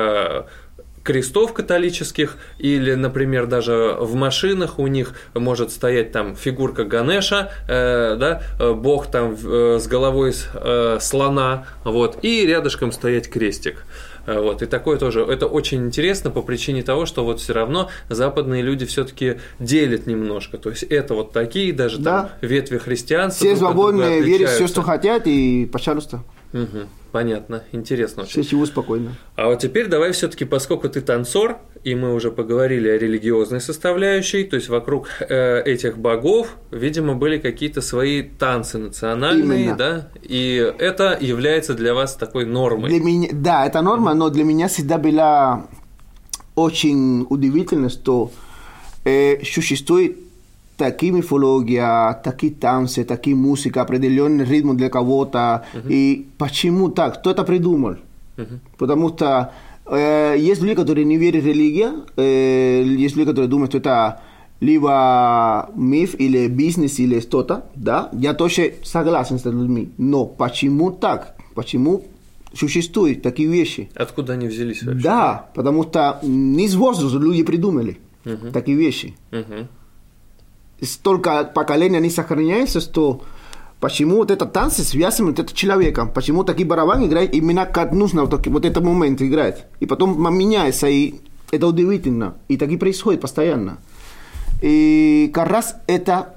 крестов католических, или, например, даже в машинах у них может стоять там фигурка Ганеша, э, да, бог там э, с головой э, слона, вот, и рядышком стоять крестик. Вот, и такое тоже, это очень интересно по причине того, что вот все равно западные люди все-таки делят немножко, то есть это вот такие даже да. там ветви христианства. Все свободные, верят все, что хотят, и пожалуйста. Угу, понятно, интересно очень. Все живут спокойно. А вот теперь давай все-таки, поскольку ты танцор, и мы уже поговорили о религиозной составляющей, то есть вокруг э, этих богов, видимо, были какие-то свои танцы национальные, именно. Да, и это является для вас такой нормой. Для меня, да, это норма, но для меня всегда было очень удивительно, что э, существует такие мифология, такие танцы, такие музыка, определенный ритм для кого-то. Uh-huh. И почему так? Кто это придумал? Uh-huh. Потому что э, есть люди, которые не верят в религию, э, есть люди, которые думают, что это либо миф, или бизнес, или что-то. Да? Я тоже согласен с этими людьми. Но почему так? Почему существуют такие вещи? Откуда они взялись вообще? Да, потому что не с воздуха люди придумали uh-huh. такие вещи. Uh-huh. Столько поколений они сохраняются, что почему вот этот танцы связан вот этим человеком, почему такие барабаны играют именно как нужно вот, вот этот момент играть. И потом меняется, и это удивительно. И так и происходит постоянно. И как раз это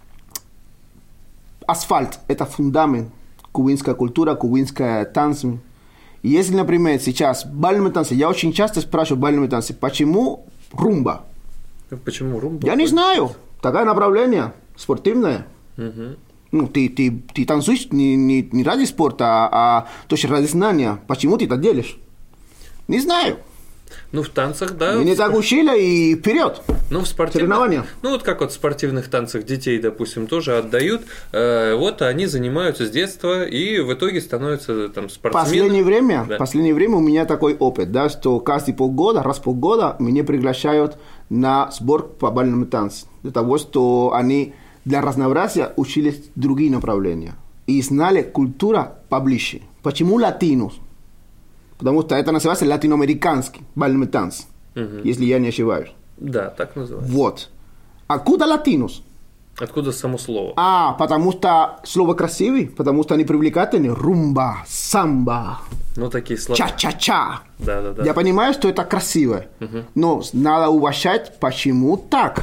асфальт, это фундамент кубинской культуры, кубинская танцы. И если, например, сейчас бальные танцы, я очень часто спрашиваю бальные танцы, почему румба? Почему румба? Я не знаю. Такое направление спортивное. Uh-huh. Ну, ты, ты, ты танцуешь не, не, не ради спорта, а, а тоже ради знания. Почему ты это делаешь? Не знаю. Ну, в танцах, да. Меня так учили, и вперед. Ну, в спортивных, ну, вот как вот в спортивных танцах детей, допустим, тоже отдают. Э, вот они занимаются с детства и в итоге становятся там спортсменами. Последнее время, да. последнее время у меня такой опыт, да, что каждые полгода, раз в полгода меня приглашают на сбор по бальному танцу. Для того, что они для разнообразия учились другие направления. И знали культуру поближе. Почему латинос? Потому что это называется латиноамериканский бальный танц, uh-huh. если я не ошибаюсь. Да, так называется. Вот. Откуда латинос? Откуда само слово? А, потому что слово красивое, потому что они привлекательные. Румба, самба, Ну, такие слова. ча-ча-ча. Да, да, да. Я понимаю, что это красиво, Мгм. но надо уважать, почему так.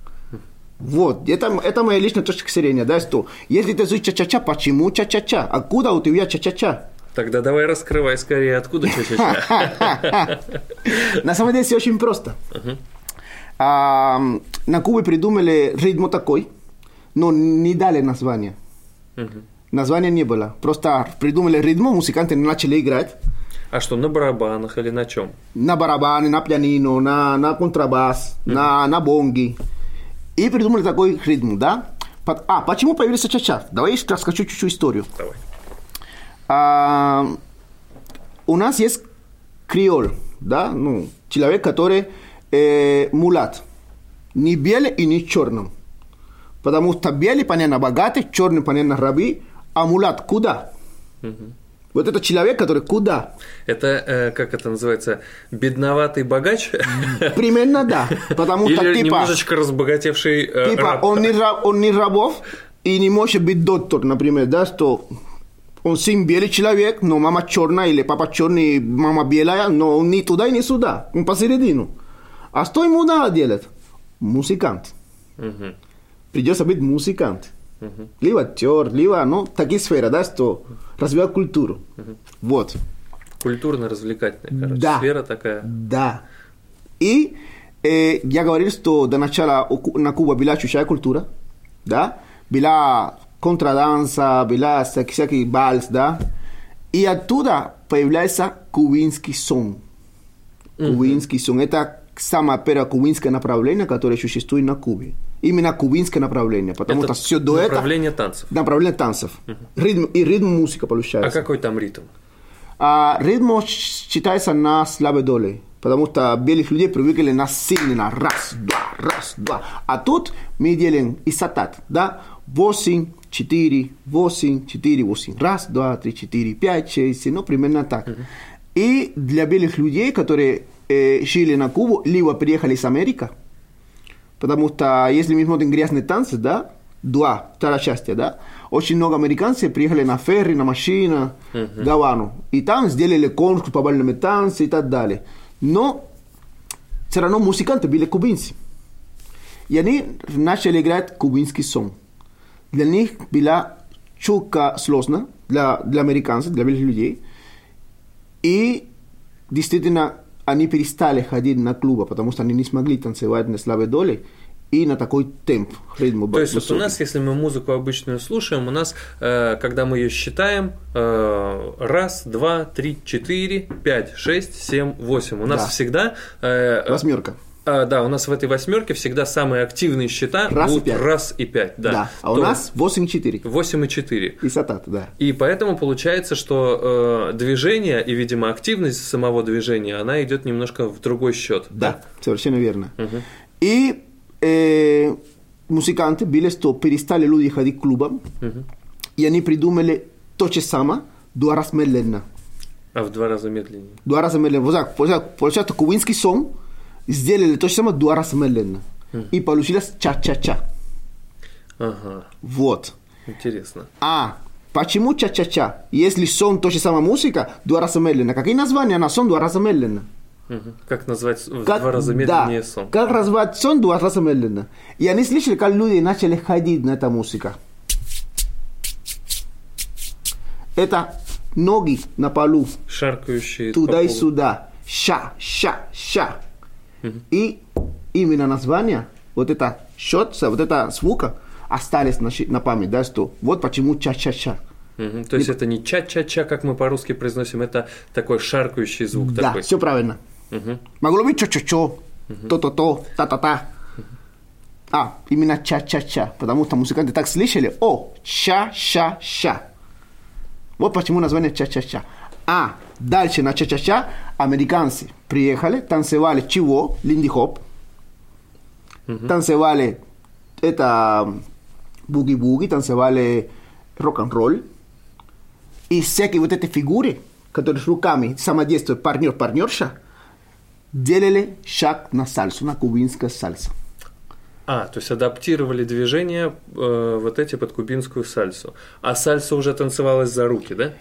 Вот, это, это моя личная точка зрения, да, что если ты слышишь ча-ча-ча, почему ча-ча-ча? Откуда у тебя ча-ча-ча? Тогда давай раскрывай скорее, откуда ча-ча-ча. На самом деле все очень просто. А, на Кубе придумали ритм такой, но не дали название. Мгм. Названия не было. Просто придумали ритм, музыканты начали играть А что, на барабанах или на чем? на барабаны, на пианино, на, на контрабас, на, на бонги. И придумали такой ритм, да? По- А, почему появился ча-ча? Давай я расскажу чуть-чуть историю. Давай. А, у нас есть креол, да, ну, человек, который э, мулат, не белый и не черный, потому что белый, понятно, богатый, черный, понятно, раби, а мулат куда? Мгм. Вот это человек, который куда? Это, э, как это называется, бедноватый богач? Примерно да, потому что Или типа, немножечко разбогатевший э, типа раб? он, не, ра- он не рабов и не может быть доктор, например, да, что он сын белый человек, но мама черная или папа черный, мама белая, но он ни туда и ни сюда, он посередину. А что ему надо делать? Музыкант. Мгм. Придется быть музыкант. Мгм. Либо актер, либо, ну, такие сферы, да, что развивать культуру. Вот. Культурно-развлекательная, короче, Да. сфера такая. Да. И э, я говорил, что до начала у Ку- на Кубе была чужая культура, да, была контраданса, была всякий, всякий вальс, да, и оттуда появляется кубинский сон. Кубинский сон. Это самое первое кубинское направление, которое существует на Кубе. Именно кубинское направление, потому Это что все до этого... направление танцев. Направление танцев. Ритм, и ритм музыка А получается. какой там ритм? А ритм считается на слабой доле, потому что белых людей привыкли на сильный, на раз, два, раз, два. А тут мы делаем исатат, да, восемь, четыре, восемь, четыре, восемь, раз, два, три, четыре, пять, шесть, ну, примерно так. И для белых людей, которые э, жили на Кубу, либо приехали с Америки, потому что если мы смотрим грязные танцы, да, два, вторая часть, да, очень много американцев приехали на ферри, на машина, в Гавану, и там сделали конкурс по бальным танцам и так далее. Но все равно музыканты были кубинцы. И они начали играть кубинский сон. Для них была чутка сложно, для, для американцев, для белых людей. И действительно они перестали ходить на клубы, потому что они не смогли танцевать на слабой доле и на такой темп, ритм. То есть вот у высокий. нас, если мы музыку обычную слушаем, у нас, э, когда мы ее считаем, э, раз, два, три, четыре, пять, шесть, семь, восемь. У нас Да. всегда... э, Восьмерка. а, да, у нас в этой восьмерке всегда самые активные счета Раз и будут пять. раз и пять. Да. Да. А у То нас восемь-четыре. восемь и четыре. И сатат, да. И поэтому получается, что э, движение и, видимо, активность самого движения, она идет немножко в другой счет. Да, совершенно верно. Мгм. И э, музыканты были, что перестали люди ходить к клубам, Мгм. и они придумали то же самое два раза медленно. А в два раза медленнее. Два раза медленно. Вот так, получается, кубинский сон сделали то же самое два раза медленно. И получилось ча-ча-ча. Ага, Вот. интересно. А почему ча-ча-ча? Если сон то же самое музыка, два раза медленно. Какие названия на сон два раза медленно? Мгм. Как назвать в Как- два раза да, медленнее сон? Как развивать сон два раза медленно. И они слышали, как люди начали ходить на эту музыку. Это ноги на полу, Шаркающие туда по и полу. сюда. Ша, ша, ша. И именно название, вот это счет, вот это звука остались на, щи- на память, да, что вот почему ча-ча-ча. Мгм. То есть это не ча-ча-ча, как мы по-русски произносим, это такой шаркающий звук Да, такой. все правильно. Мгм. Могло быть чо-чо-чо, то-то-то, та-та-та. А, именно ча-ча-ча, потому что музыканты так слышали, о, ча-ча-ча. Вот почему название ча-ча-ча. А дальше на ча-ча-ча американцы приехали, танцевали чего? Линди-хоп. Танцевали это буги-буги, танцевали рок-н-ролл. И всякие вот эти фигуры, которые с руками самодействуют партнер-партнерша, делали шаг на сальсу, на кубинскую сальсу. А, то есть адаптировали движения э, вот эти под кубинскую сальсу. А сальса уже танцевалась за руки, да?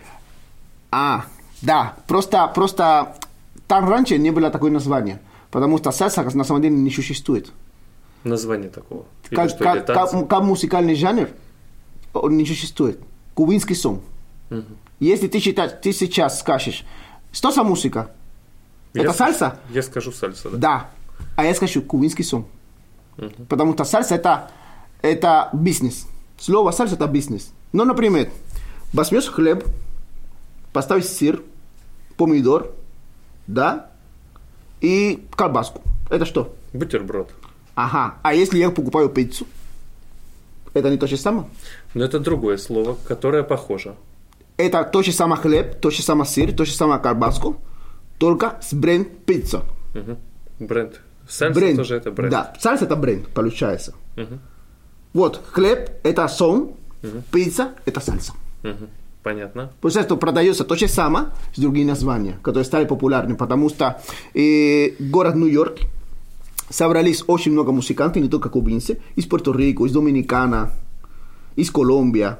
А, да, просто, просто там раньше не было такое название, потому что сальса на самом деле не существует. Название такого? Как, что, как, как, как музыкальный жанр он не существует. Кубинский сон. Угу. Если ты, считаешь, ты сейчас скажешь, что за музыка? Я Это скажу, сальса? Я скажу сальса, да. Да, а я скажу кубинский сон. Uh-huh. Потому что сальса это, это бизнес. Слово сальса это бизнес. Ну, например, возьмешь хлеб, поставишь сыр, помидор, да, и колбаску. Это что? Бутерброд. Ага. А если я покупаю пиццу, это не то же самое? Но это другое слово, которое похоже. Это то же самое хлеб, то же самое сыр, то же самое колбаску, только с бренд пицца. Uh-huh. Бренд. Сальса бренд. Тоже это бренд. Да, сальса это бренд, получается. Uh-huh. Вот, хлеб это сон, uh-huh. пицца это сальса. Uh-huh. Понятно. Получается, продается то же самое с другими названиями, которые стали популярны, потому что э, город Нью-Йорк собрались очень много музыкантов, не только кубинцы, из Пуэрто-Рико, из Доминикана, из Колумбии.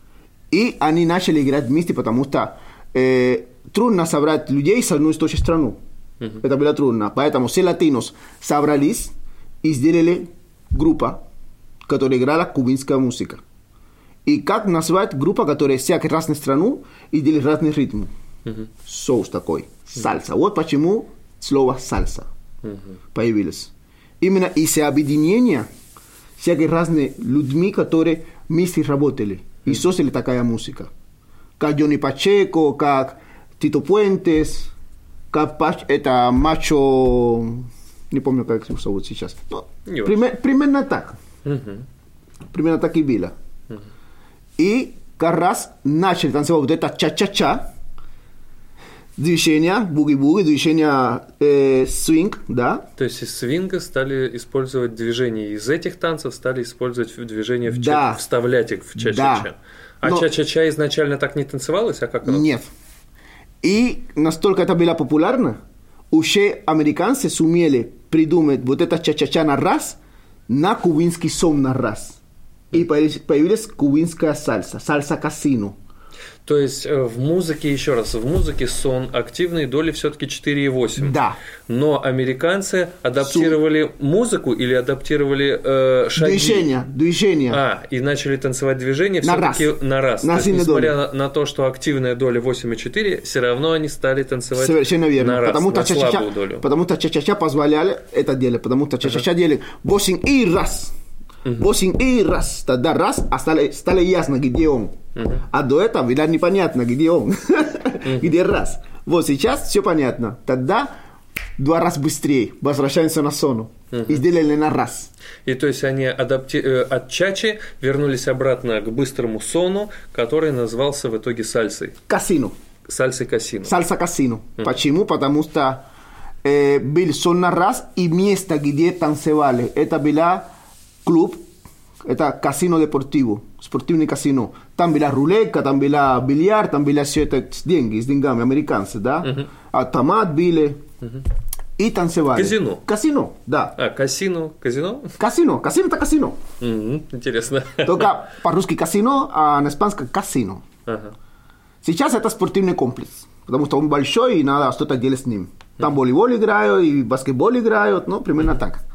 И они начали играть вместе, потому что э, трудно собрать людей с одной и той же страны. Uh-huh. Это было трудно. Поэтому все латинос собрались и сделали группу, которая играла кубинская музыка. И как назвать группу, которая всякой разной страну и делает разный ритм? Uh-huh. Соус такой. Сальса. Uh-huh. Вот почему слово сальса uh-huh. появилось. Именно из-за объединения всяких разных людьми, которые вместе работали. Uh-huh. И создали такая музыка. Как Джонни Пачеко, как Тито Пуэнтес, как это Мачо... Не помню, как его зовут сейчас. Но пример, примерно так. Uh-huh. Примерно так и было. Uh-huh. И как раз начали танцевать вот это ча-ча-ча, движение, буги-буги, движение э, свинг, да. То есть из свинга стали использовать движения из этих танцев, стали использовать движения в да. ча, вставлять их в ча-ча-ча. Да. А Но... ча-ча-ча изначально так не танцевалось, а как оно? Нет. И настолько это было популярно, уже американцы сумели придумать вот это ча-ча-ча на раз, на кубинский сон на раз. И появилась, появилась кубинская сальса, сальса касино. То есть в музыке, еще раз, в музыке сон активной доли все-таки четыре и восемь. Да. Но американцы адаптировали Су... музыку или адаптировали э, шаги? Движение, движение. А, и начали танцевать движения все-таки на раз. На раз. На то есть, несмотря на, на то, что активная доля восемь и четыре, все равно они стали танцевать Совершенно верно. на раз, потому на ча-ча-ча, слабую долю. Потому что ча-ча-ча позволяли это делать, потому что ча-ча-ча ага. делали восемь и раз. восемь и раз, тогда раз, а стало, стало ясно, где он. Uh-huh. А до этого было непонятно, где он, uh-huh. где раз. Вот сейчас все понятно. Тогда два раза быстрее возвращаемся на сону. Uh-huh. И сделали на раз. И то есть они адапти... от чачи вернулись обратно к быстрому сону, который назывался в итоге сальсой. Касино. Сальсой касино. Сальса касино. Uh-huh. Почему? Потому что э, был сон на раз, и место, где танцевали, это было клуб, это касино депортиво, спортивный касино. Там была рулетка, там была бильярд, там было все это с деньги, с деньгами, американцы, да? Uh-huh. Автомат были. Uh-huh. И танцевали. Казино. Касино, да. А, касино, казино? Касино, касино это касино. Uh-huh. Интересно. Только по-русски касино, а на испанском касино. Uh-huh. Сейчас это спортивный комплекс, потому что он большой и надо что-то делать с ним. Там uh-huh. волейбол играют, и баскетбол играют, ну, примерно uh-huh. так.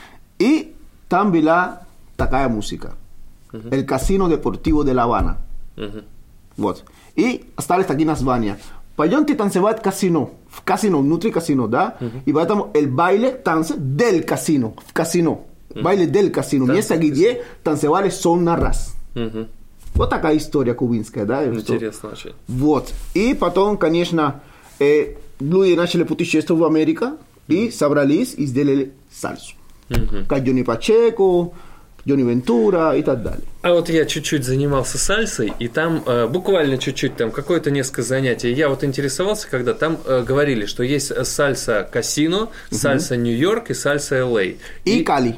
И там была такая музыка. Uh-huh. El Casino Deportivo de La Habana. Uh-huh. Вот. И остались такие названия. Пойдемте танцевать казино. В казино, внутри казино, да? Uh-huh. И поэтому el baile, танцы del casino. В казино. Uh-huh. Baile del casino. Место, где танцевали сон на раз. Uh-huh. Вот такая история кубинская, да? Интересно очень. Вот. И потом, конечно, э, люди начали путешествовать в Америку uh-huh. и собрались и сделали сальсу. Uh-huh. Как Джонни Пачеко, Джонни Вентура и так далее. А вот я чуть-чуть занимался сальсой, и там э, буквально чуть-чуть, там какое-то несколько занятий. Я вот интересовался, когда там э, говорили, что есть сальса Касино, сальса Нью-Йорк и сальса Эл Эй. И, и Кали.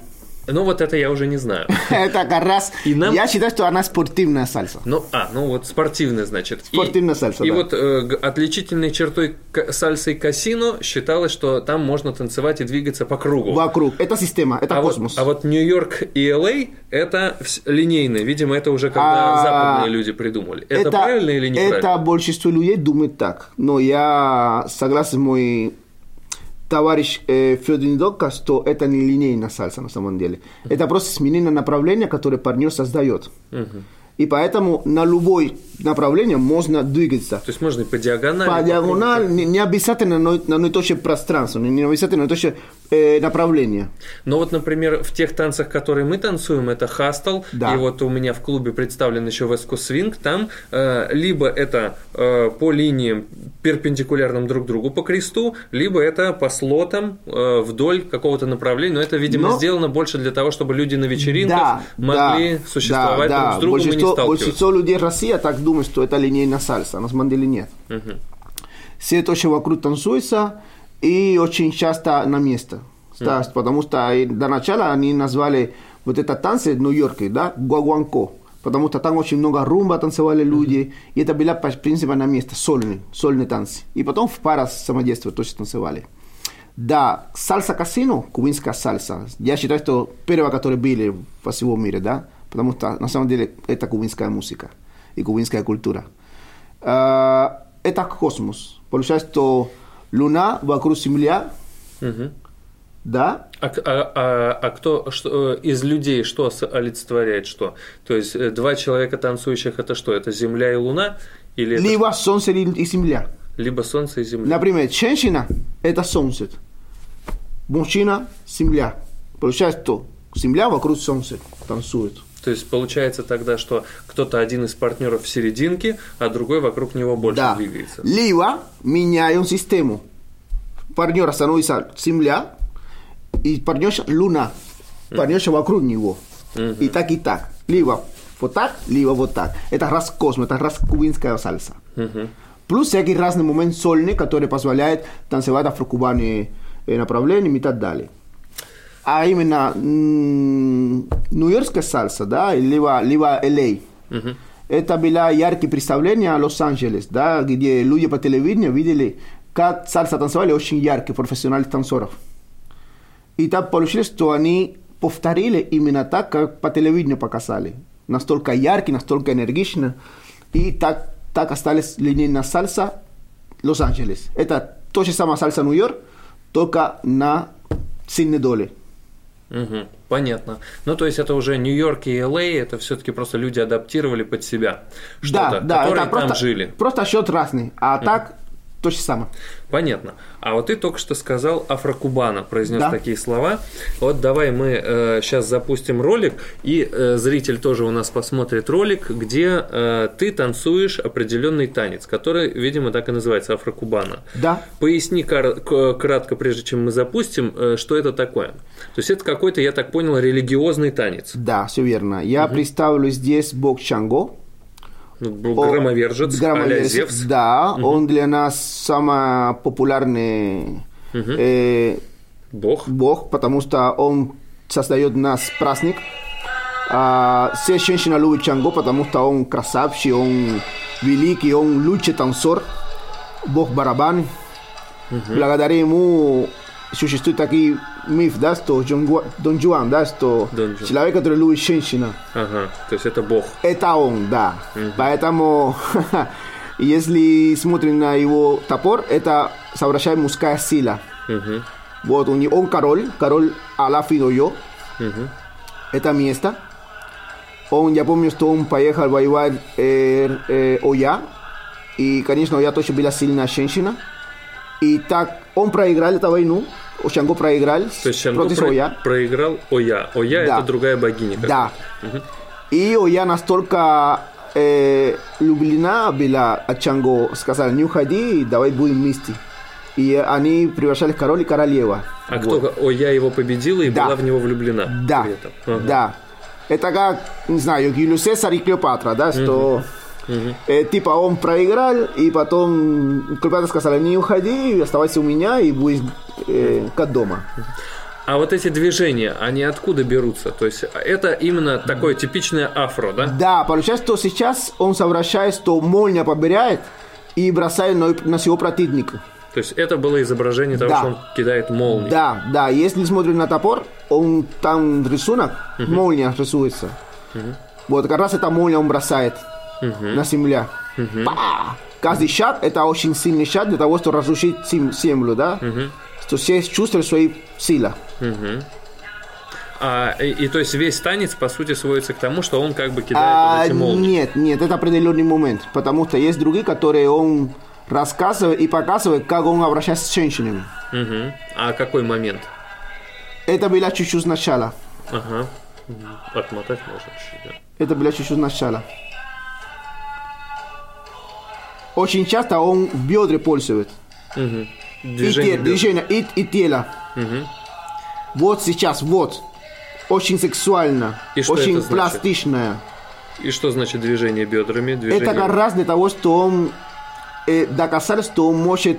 Ну, вот это я уже не знаю. Это как раз... нам... Я считаю, что она спортивная сальса. Ну, а, ну вот спортивная, значит. Спортивная и, сальса, И да. вот э, отличительной чертой сальсы касино считалось, что там можно танцевать и двигаться по кругу. Вокруг. Это система, это а космос. Вот, а вот Нью-Йорк и Эл Эй – это линейные. Видимо, это уже когда а... западные люди придумали. Это, это правильно или неправильно? Это большинство людей думает так. Но я согласен, мой... товарищ э, Федор Недолго, что это не линейная сальса на самом деле. Uh-huh. Это просто сменение направления, которое партнер создает. Uh-huh. И поэтому на любое направление можно двигаться. То есть можно и по диагонали. По диагонали, не, не обязательно на одно и то же пространство, не обязательно на то же э, направление. Но вот, например, в тех танцах, которые мы танцуем, это хастл, да. И вот у меня в клубе представлен еще West Coast Swing, там э, либо это э, по линиям перпендикулярным друг другу по кресту, либо это по слотам э, вдоль какого-то направления, но это, видимо, но... сделано больше для того, чтобы люди на вечеринках да, могли да, существовать да, друг да. с другом большинство, и не сталкиваться. Большинство людей России так думают, что это линейная сальса, на самом деле нет. Uh-huh. Все тоже вокруг танцуются и очень часто на место. Uh-huh. Потому что до начала они назвали вот это танцы в Нью-Йорке, да, гуагуанко. Потому что там очень много румба танцевали люди, uh-huh. и это было, в принципе, на место, сольные, сольные танцы. И потом в парах самодействия тоже танцевали. Да, сальса касино, кубинская сальса, я считаю, что первая, которая были во всем мире, да, потому что на самом деле это кубинская музыка и кубинская культура. Uh, это космос. Получается, что Луна вокруг Земли, uh-huh. да. А, а, а, а кто что, из людей что олицетворяет что? То есть два человека танцующих это что? Это Земля и Луна? Или либо это... Солнце и Земля. Либо Солнце и Земля. Например, женщина это Солнце, мужчина Земля. Получается, что Земля вокруг Солнца танцует. То есть получается тогда, что кто-то один из партнеров в серединке, а другой вокруг него больше да. двигается. Либо меняем систему. Партнер становится Земля, и партнер Луна. Партнер mm. вокруг него. Mm-hmm. И так, и так. Либо вот так, либо вот так. Это раз космос, это раз кубинская сальса. Mm-hmm. Плюс всякие разные моменты сольные, которые позволяют танцевать афрокубанные направления и так далее. А именно м- нью-йоркская сальса, да, либо, либо Эл Эй. Uh-huh. Это было яркое представление Лос-Анджелес, да, где люди по телевидению видели, как сальса танцевали очень ярких профессиональных танцоров. И так получилось, что они повторили именно так, как по телевидению показали. Настолько яркий, настолько энергично. И так, так осталась линейная сальса Лос-Анджелес. Это то же самое сальса Нью-Йорк, только на сильной доле. Угу, понятно. Ну, то есть это уже Нью-Йорк и Эл Эй, это все-таки просто люди адаптировали под себя что-то, да, да, которые это там просто, жили. Просто счет разный, а угу. так то же самое. Понятно. А вот ты только что сказал афрокубана, произнес да. такие слова. Вот давай мы э, сейчас запустим ролик, и э, зритель тоже у нас посмотрит ролик, где э, ты танцуешь определенный танец, который, видимо, так и называется афрокубана. Да. Поясни кар- кратко, прежде чем мы запустим, э, что это такое. То есть это какой-то, я так понял, религиозный танец. Да, все верно. Я угу. представлю здесь бог Шанго. Громовержец, а-ля Зевс. Да, угу. Он для нас самый популярный угу. э, бог. бог, потому что он создает нас праздник. А, все женщины любят Шанго, потому что он красавчик, он великий, он лучший танцор, бог барабан. Угу. Благодаря ему существует такой миф, да, что Дон Жуан, да, что человек, который любит женщину. Ага, то есть это бог. Это он, да. Угу. Поэтому, если смотрим на его топор, это совращает мужская сила. Угу. Вот у него он король, король Алаф Идойо. Угу. Это место. Он, я помню, что он поехал воевать э, э, Оя. И, конечно, Оя тоже была сильная женщина. И так он проиграл эту войну. Шанго проиграл. То есть Шанго про- Оя. проиграл Оя. Оя да. это другая богиня. Да. Угу. И Оя настолько э, влюблена была от Шанго, сказала, не уходи, давай будем вместе. И они превращались в король и королева. А вот. кто Оя его победила и да. была в него влюблена? Да, ага. да. Это как, не знаю, Юлий Цезарь и Клеопатра, да, что... Uh-huh. Э, типа он проиграл, и потом Клеопатра сказала, не уходи, оставайся у меня и будешь э, как дома. А вот эти движения, они откуда берутся? То есть это именно такое типичное афро, да? Да, получается, что сейчас он соображает, что молния побирает и бросает на, на своего противника. То есть это было изображение того, да. что он кидает молнию. Да, да. Если смотрим на топор, он там рисунок, uh-huh. молния рисуется. Uh-huh. Вот как раз эта молния он бросает uh-huh. на землю. Uh-huh. Каждый шаг это очень сильный шаг для того, чтобы разрушить землю, да? Uh-huh. Что все чувствуют свои силы. Uh-huh. А, и, и то есть весь танец, по сути, сводится к тому, что он как бы кидает а, вот эти молнии. Нет, нет, это определенный момент. Потому что есть другие, которые он рассказывает и показывает, как он обращается с женщинами. Угу. А какой момент? Это было чуть-чуть сначала. Ага. Отмотать можно чуть-чуть, да. Это было чуть-чуть сначала. Очень часто он в бедре пользует. Угу. Движение, и, те, движение и, и тело. Угу. Вот сейчас, вот. Очень сексуально. И что очень это пластичное. И что значит движение бедрами? Движение... Это как раз для того, что он э, доказал, что он может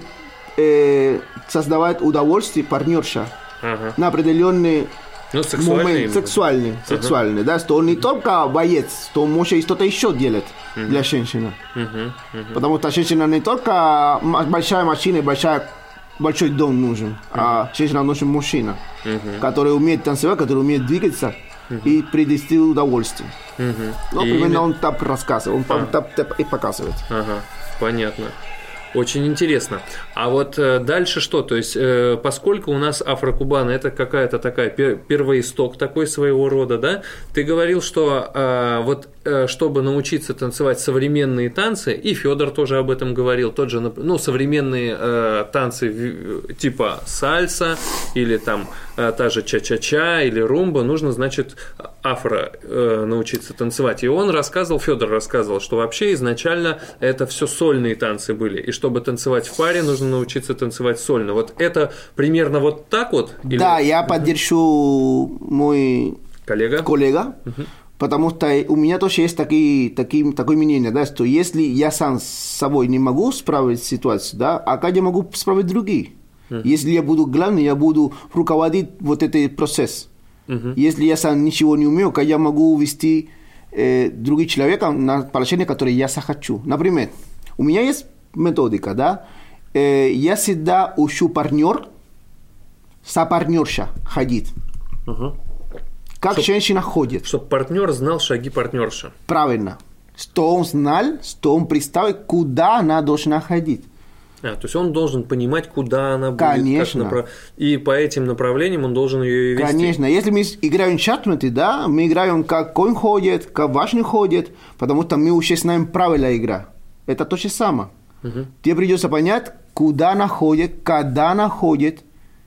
э, создавать удовольствие партнерша ага. на определенный ну, сексуальный момент. Сексуальный. Ага. Сексуальный, да, что он не только боец, что он может что-то еще делать uh-huh. для женщины. Uh-huh. Uh-huh. Потому что женщина не только большая машина и большая большой дом нужен, uh-huh. а женщина нужен мужчина, uh-huh. который умеет танцевать, который умеет двигаться uh-huh. и принести удовольствие. Uh-huh. Ну, и примерно имя... он так рассказывает, он uh-huh. так, так и показывает. Ага, понятно. Очень интересно. А вот э, дальше что? То есть, э, поскольку у нас афрокубана это какая-то такая пер- первоисток такой своего рода, да? Ты говорил, что э, вот э, чтобы научиться танцевать современные танцы, и Федор тоже об этом говорил, тот же, ну, современные э, танцы типа сальса или там э, та же ча-ча-ча или румба, нужно, значит, афро э, научиться танцевать. И он рассказывал, Федор рассказывал, что вообще изначально это все сольные танцы были, и что чтобы танцевать в паре, нужно научиться танцевать сольно. Вот это примерно вот так вот? Или... Да, я поддержу мой коллега, коллега uh-huh. потому что у меня тоже есть такие, такие, такое мнение, да, что если я сам с собой не могу справить ситуацию, да, а как я могу справить другие? Uh-huh. Если я буду главный, я буду руководить вот этот процесс. Uh-huh. Если я сам ничего не умею, как я могу вести э, других человека на положение, которое я захочу? Например, у меня есть методика, да, э, я всегда учу партнер, сопартнерша ходить. Uh-huh. Как чтоб, женщина ходит. Чтобы партнер знал шаги партнерши. Правильно. Что он знал, что он представил, куда она должна ходить. А, то есть он должен понимать, куда она будет. Конечно. Направ... И по этим направлениям он должен ее и вести. Конечно. Если мы играем шахматы, да, мы играем, как конь ходит, как башня ходит, потому что мы уже знаем правила игры. Это то же самое. Uh-huh. Тебе придется понять, куда она ходит, когда она ходит,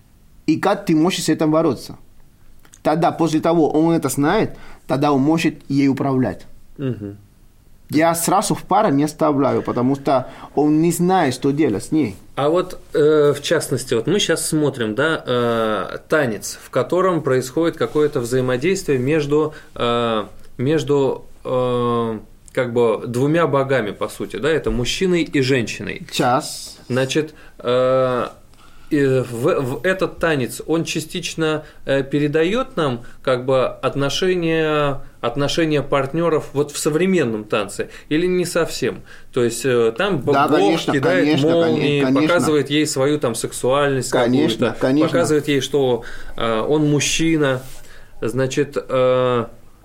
и как ты можешь с этим бороться. Тогда, после того, он это знает, тогда он может ей управлять. Uh-huh. Я сразу в пару не оставляю, потому что он не знает, что делать с ней. А вот, э, в частности, вот мы сейчас смотрим, да, э, танец, в котором происходит какое-то взаимодействие между, э, между э, как бы двумя богами, по сути, да, это мужчиной и женщиной. Сейчас. Значит, э, и в, в этот танец, он частично э, передает нам как бы отношения, отношения партнеров вот в современном танце, или не совсем? То есть э, там да, Бог конечно, кидает конечно, молнии, конечно. показывает ей свою там сексуальность, конечно, конечно. показывает ей, что э, он мужчина, значит. Э,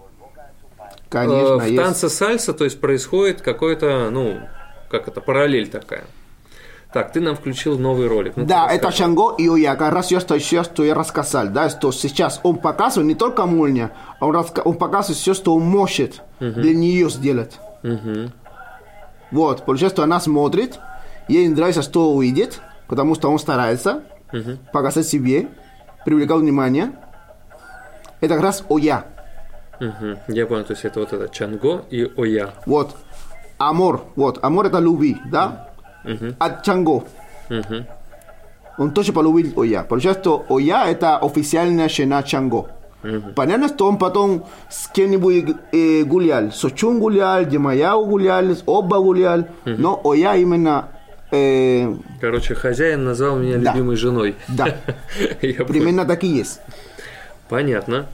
Конечно, в танце сальса, то есть происходит какой-то, ну, как это, параллель такая. Так, ты нам включил новый ролик. Ну, да, это Шанго и Оя, как раз я что, что я рассказал, да, что сейчас он показывает не только молния, а он, раска... он показывает все, что он может uh-huh. для нее сделать. Uh-huh. Вот, получается, что она смотрит, ей нравится, что увидит, потому что он старается uh-huh. показать себе, привлекать внимание. Это как раз Оя. Угу. Я понял, то есть это вот это Чанго и Оя. Вот. Амор. Вот. Амор это любви, да? Угу. А Чанго. Угу. Он тоже полюбил Оя. Получается, что Оя это официальная жена Чанго. Угу. Понятно, что он потом с кем-нибудь э, гулял. С Очун гулял, Демаяу гулял, с Оба гулял. Угу. Но Оя именно Э, Короче, хозяин назвал меня да. любимой женой. Да, примерно так и есть. Понятно.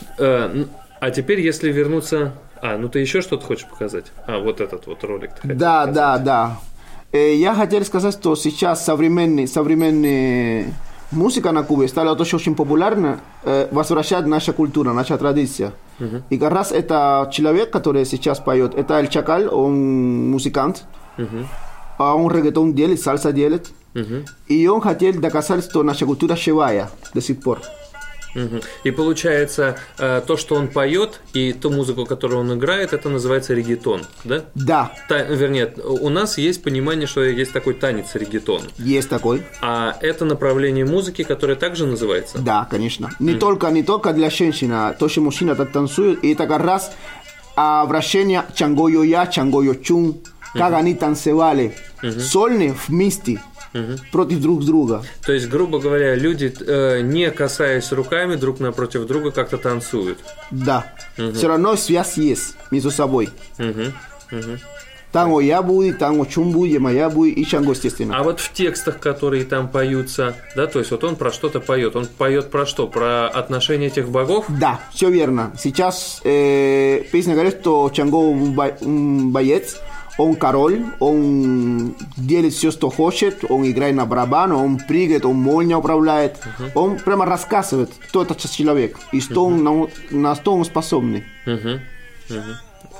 А теперь, если вернуться... А, ну ты еще что-то хочешь показать? А, вот этот вот ролик. Да, да, да. Я хотел сказать, что сейчас современный, современный музыка на Кубе стала тоже очень популярна, возвращать наша культура, наша традиция. Uh-huh. И как раз это человек, который сейчас поет, это Эль Чакал, он музыкант, uh-huh. а он регетон делает, сальса делает. Uh-huh. И он хотел доказать, что наша культура живая до сих пор. Угу. И получается, то, что он поет, и ту музыку, которую он играет, это называется регетон, да? Да. Та, вернее, у нас есть понимание, что есть такой танец регетон. Есть такой. А это направление музыки, которое также называется? Да, конечно. Не, угу. только, не только для женщин, а тоже мужчина так танцует. И это как раз обращение чангойо-я, чангойо-чун, как угу. они танцевали угу. сольные вместе. Угу. Против друг друга. То есть, грубо говоря, люди, э, не касаясь руками друг напротив друга, как-то танцуют. Да. Угу. Все равно связь есть между собой. Угу. Угу. Танго я будет, танго чум будет, моя будет и чанго, естественно. А вот в текстах, которые там поются, да, то есть вот он про что-то поет. Он поет про что? Про отношения этих богов? Да, все верно. Сейчас э, песня говорит, что Чанго un боец. Он король, он делает все, что хочет, он играет на барабан, он прыгает, он молния управляет. Uh-huh. Он прямо рассказывает, кто этот человек и что uh-huh. он, на, на что он способен. Uh-huh. Uh-huh.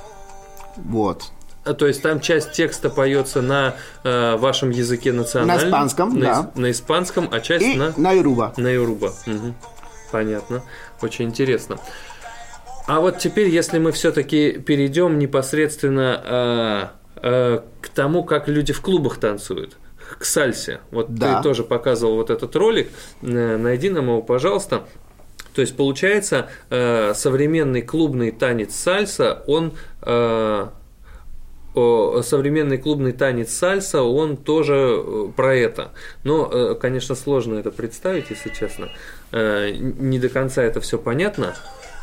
Вот. А, то есть там часть текста поется на э, вашем языке национальном? На испанском, на, да. На испанском, а часть и на... на ируба. На ируба. Угу. Понятно. Очень интересно. А вот теперь, если мы все-таки перейдем непосредственно... Э, к тому, как люди в клубах танцуют, к сальсе. Вот да. Ты тоже показывал вот этот ролик, найди нам его, пожалуйста. То есть, получается, современный клубный танец сальса, он... Современный клубный танец сальса, он тоже про это. Но, конечно, сложно это представить, если честно. Не до конца это все понятно.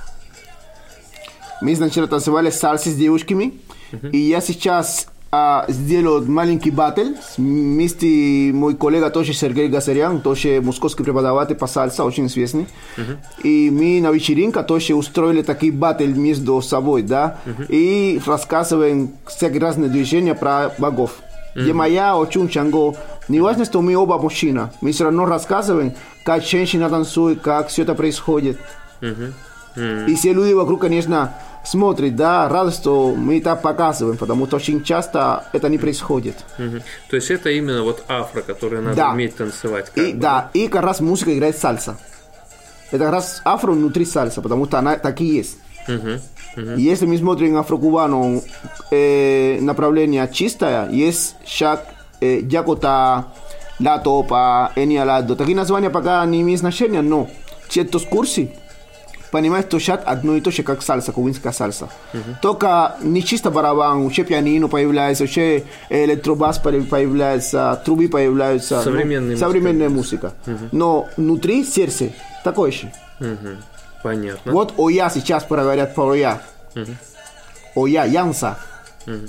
Мы изначально танцевали сальсы с девушками. Uh-huh. И я сейчас а, сделаю маленький батл вместе мой коллега тоже Сергей Гасарян, тоже московский преподаватель по сальса, очень известный. Uh-huh. И мы на вечеринке тоже устроили такой батл между собой, да, uh-huh. и рассказываем всякие разные движения про богов. Uh-huh. Где моя, Очун, Чанго. Не важно, что мы оба мужчина, мы все равно рассказываем, как женщина танцует, как все это происходит. Uh-huh. Uh-huh. И все люди вокруг, конечно, смотрят, да, рады, что мы это показываем, потому что очень часто это не происходит. Uh-huh. То есть это именно вот афро, которое надо да. уметь танцевать. Как и, бы, да, и как раз музыка играет сальса. Это как раз афро внутри сальса, потому что она так и есть. Uh-huh. Uh-huh. Если мы смотрим афро-кубану э, направление чистое, есть шаг э, якота, ла топа, эниаладо. Такие названия пока не имеют значения, но четtos курсы понимаешь, что шаг одно и то же, как сальса, кубинская сальса. Uh-huh. Только не чисто барабан, уже пианино появляется, уже электробас появляется, трубы появляются. Современная, ну, современная музыка. Uh-huh. Но внутри сердце такое же. Uh-huh. Понятно. Вот оя сейчас проговорят по оя. Uh-huh. Оя, янса. Uh-huh.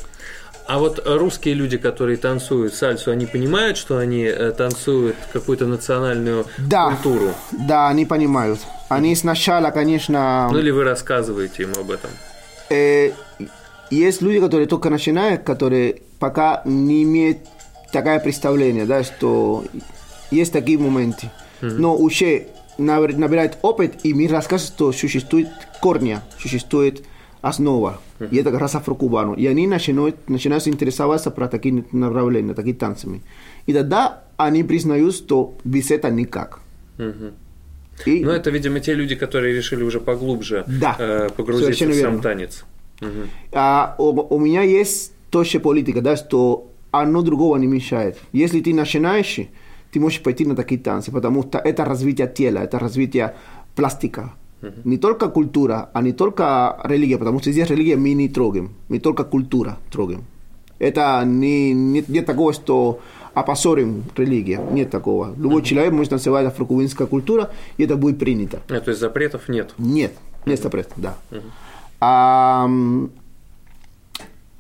А вот русские люди, которые танцуют сальсу, они понимают, что они танцуют какую-то национальную да, культуру? Да, они понимают. Они сначала, конечно... Ну или вы рассказываете им об этом? Э, есть люди, которые только начинают, которые пока не имеют такое представление, да, что есть такие моменты. Uh-huh. Но уже набирают опыт, и мне рассказывают, что существует корни, существует основа. Uh-huh. И это как раз афрокубану. И они начинают, начинают интересоваться про такие направления, такие танцами. И тогда они признают, что без этого никак. Uh-huh. И... Но это, видимо, те люди, которые решили уже поглубже да, э, погрузиться в сам верно. танец. Uh-huh. А, у, у меня есть тоже политика, да, что одно другого не мешает. Если ты начинаешь, ты можешь пойти на такие танцы, потому что это развитие тела, это развитие пластика. Uh-huh. Не только культура, а не только религия, потому что здесь религия мы не трогаем, мы только культура трогаем. Это не, нет, нет такого, что опозорим религию, нет такого. Любой uh-huh. человек может танцевать афрокубинская культура, и это будет принято. А, то есть запретов нет? Нет, нет uh-huh. запретов, да. Uh-huh. А,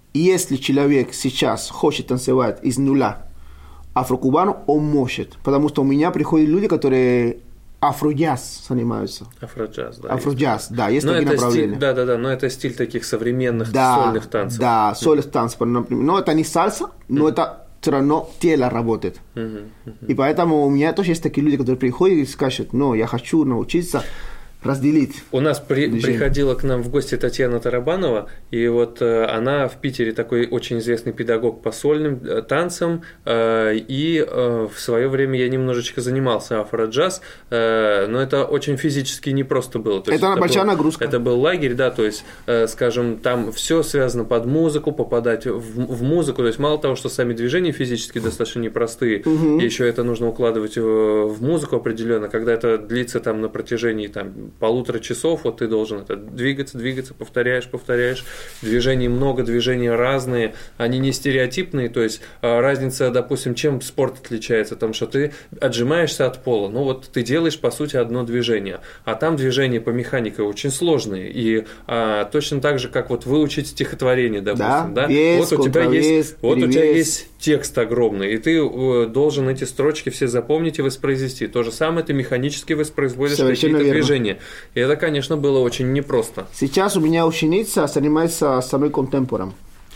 И если человек сейчас хочет танцевать из нуля афрокубану, он может. Потому что у меня приходят люди, которые афроджаз занимаются. Афроджаз, да. Афроджаз, да, есть но такие это направления. Стиль, да, да, да, но это стиль таких современных да, сольных танцев. Да, сольных танцев. Но это не сальса, но mm. это все равно тело работает. Mm-hmm. Mm-hmm. И поэтому у меня тоже есть такие люди, которые приходят и скажут, ну, я хочу научиться разделить. У нас при, приходила к нам в гости Татьяна Тарабанова, и вот э, она в Питере такой очень известный педагог по сольным э, танцам, э, и э, в свое время я немножечко занимался афроджаз, э, но это очень физически непросто было. То есть это, это большая был, нагрузка. Это был лагерь, да, то есть, э, скажем, там все связано под музыку, попадать в, в музыку, то есть мало того, что сами движения физически достаточно непростые, угу. еще это нужно укладывать в, в музыку определенно, когда это длится там на протяжении там полутора часов, вот ты должен это двигаться, двигаться, повторяешь, повторяешь. Движений много, движения разные, они не стереотипные, то есть разница, допустим, чем спорт отличается, там, что ты отжимаешься от пола, ну вот ты делаешь, по сути, одно движение, а там движения по механике очень сложные, и а, точно так же, как вот выучить стихотворение, допустим, да, да? Вес, вот у тебя есть, вот у тебя перевес. есть текст огромный, и ты должен эти строчки все запомнить и воспроизвести. То же самое ты механически воспроизводишь совершенно какие-то верно. движения. И это, конечно, было очень непросто. Сейчас у меня ученица занимается со мной контемпором.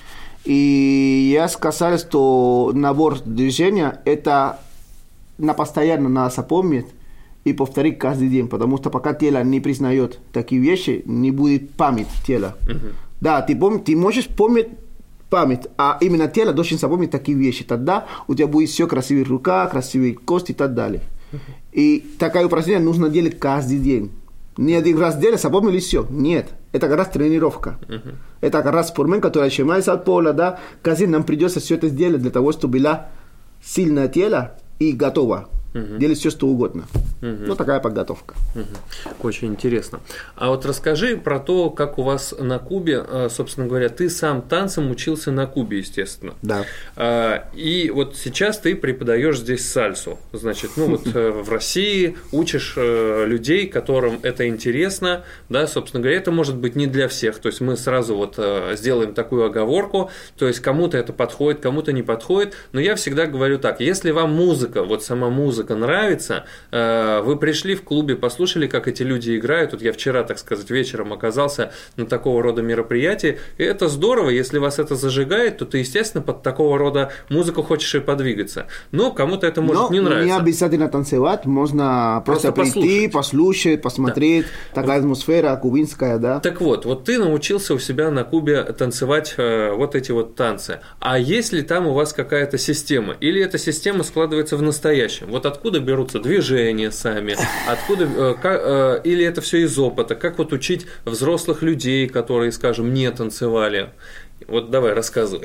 И я сказал, что набор движения это на постоянно надо запомнить и повторить каждый день, потому что пока тело не признает такие вещи, не будет память тела. Uh-huh. Да, ты, пом- ты можешь помнить память, а именно тело должен запомнить такие вещи. Тогда у тебя будет все красивая рука, красивые кости и так далее. Uh-huh. И такое упражнение нужно делать каждый день. Не один раз делать, запомнили все. Нет, это как раз тренировка. Uh-huh. Это как раз спортсмен, который отжимается от пола, да. Каждый нам придется все это сделать для того, чтобы было сильное тело и готово. Uh-huh. Делать все, что угодно. Uh-huh. Ну, такая подготовка. Uh-huh. Очень интересно. А вот расскажи про то, как у вас на Кубе, собственно говоря, ты сам танцам учился на Кубе, естественно. Да. И вот сейчас ты преподаешь здесь сальсу. Значит, ну вот в России учишь людей, которым это интересно, да, собственно говоря, это может быть не для всех. То есть мы сразу вот сделаем такую оговорку, то есть кому-то это подходит, кому-то не подходит. Но я всегда говорю так, если вам музыка, вот сама музыка нравится, вы пришли в клубе, послушали, как эти люди играют. Вот я вчера, так сказать, вечером оказался на такого рода мероприятии, и это здорово, если вас это зажигает, то ты, естественно, под такого рода музыку хочешь и подвигаться. Но кому-то это может Но не нравиться. Не обязательно танцевать, можно просто, просто прийти, послушать, послушать посмотреть, да. Такая атмосфера кубинская, да. Так вот, вот ты научился у себя на Кубе танцевать э, вот эти вот танцы. А есть ли там у вас какая-то система? Или эта система складывается в настоящем? Вот откуда берутся движения сами? Откуда, э, как, э, или это все из опыта? Как вот учить взрослых людей, которые, скажем, не танцевали? Вот давай, рассказывай.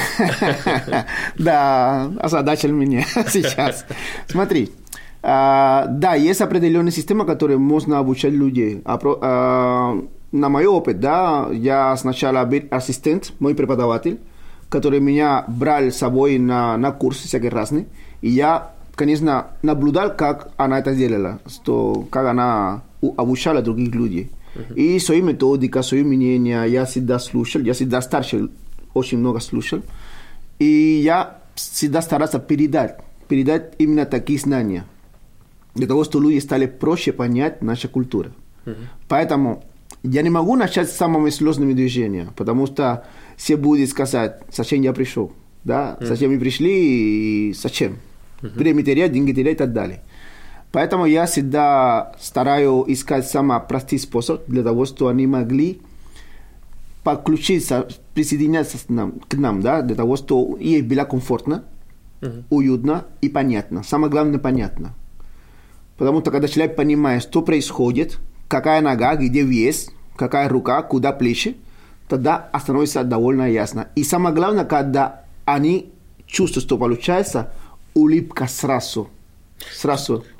Да, озадачил меня сейчас. Смотри, да, есть определенная система, которой можно обучать людей. На мой опыт, да, я сначала был ассистент, мой преподаватель, который меня брал с собой на, на курсы всякие разные, и я, конечно, наблюдал, как она это делала, что, как она обучала других людей. Uh-huh. И свои методики, свои мнения я всегда слушал, я всегда старше очень много слушал, и я всегда старался передать, передать именно такие знания, для того, чтобы люди стали проще понять нашу культуру. Uh-huh. Поэтому я не могу начать с самыми сложными движениями, потому что все будут сказать, зачем я пришел, да, uh-huh. зачем мы пришли и зачем, uh-huh. время терять, деньги терять и так далее. Поэтому я всегда стараюсь искать самый простой способ для того, чтобы они могли подключиться, присоединяться к нам, к нам, да, для того, чтобы ей было комфортно, uh-huh. уютно и понятно. Самое главное, понятно. Потому что когда человек понимает, что происходит, какая нога, где вес, какая рука, куда плечи, тогда становится довольно ясно. И самое главное, когда они чувствуют, что получается, улыбка сразу. Сразу.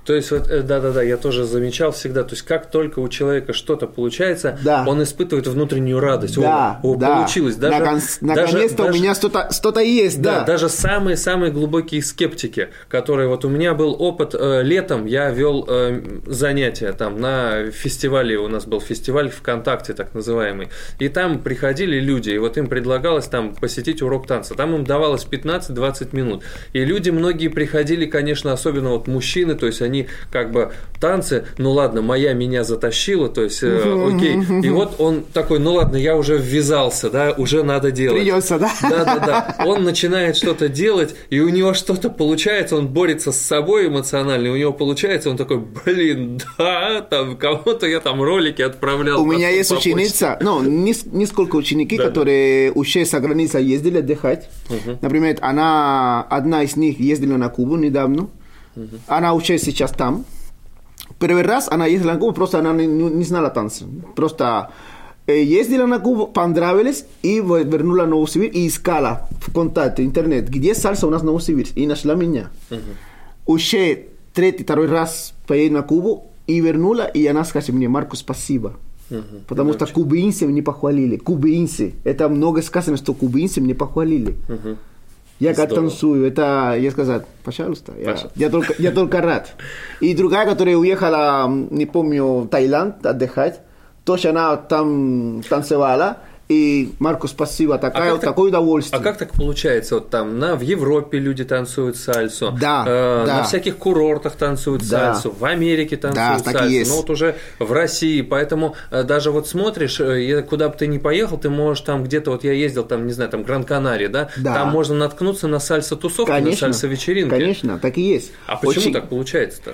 То есть, вот, да-да-да, я тоже замечал всегда, то есть, как только у человека что-то получается, да. он испытывает внутреннюю радость. Да, о, о, да. Получилось. Даже, Након- наконец-то даже, у меня что-то, что-то есть, да. да. Даже самые-самые глубокие скептики, которые, вот у меня был опыт, э, летом я вел э, занятия там на фестивале, у нас был фестиваль ВКонтакте, так называемый, и там приходили люди, и вот им предлагалось там посетить урок танца, там им давалось пятнадцать-двадцать минут, и люди многие приходили, конечно, особенно вот мужчины, то есть они как бы танцы, ну ладно, моя меня затащила, то есть э, окей, и вот он такой, ну ладно, я уже ввязался, да, уже надо делать. Придется, да? Да-да-да, он начинает что-то делать, и у него что-то получается, он борется с собой эмоционально, и у него получается, он такой, блин, да, там кому-то я там ролики отправлял. У меня есть ученица, ну, несколько ученики, да, которые да. уже за границей ездили отдыхать. Угу. Например, она, одна из них ездила на Кубу недавно, угу. она уже сейчас там. Первый раз она ездила на Кубу, просто она не, не знала танца. Просто э, ездила на Кубу, понравилась, и вернула в Новосибирск и искала в контакте, интернет, где сальса у нас в Новосибирск, и нашла меня. Угу. Уже третий, второй раз поедет на Кубу, и вернула, и она скажет мне, Марко, спасибо. Угу. Потому что кубинцы мне похвалили. Кубинцы. Это много сказано, что кубинцы мне похвалили. Угу. Я как танцую, это, я сказал, пожалуйста, я, я, только, я только рад. И другая, которая уехала, не помню, в Таиланд отдыхать, тоже она там танцевала, и, Марко, спасибо, такая, а такое так, удовольствие. А как так получается, вот там, на, в Европе люди танцуют сальсу, да, э, да. на всяких курортах танцуют да. сальсу, в Америке танцуют да, сальсу, но вот уже в России, поэтому э, даже вот смотришь, э, куда бы ты ни поехал, ты можешь там где-то, вот я ездил там, не знаю, там Гран-Канария, да, да. там можно наткнуться на сальсо-тусовки, на сальсо-вечеринки. Конечно, так и есть. А почему Очень... так получается-то?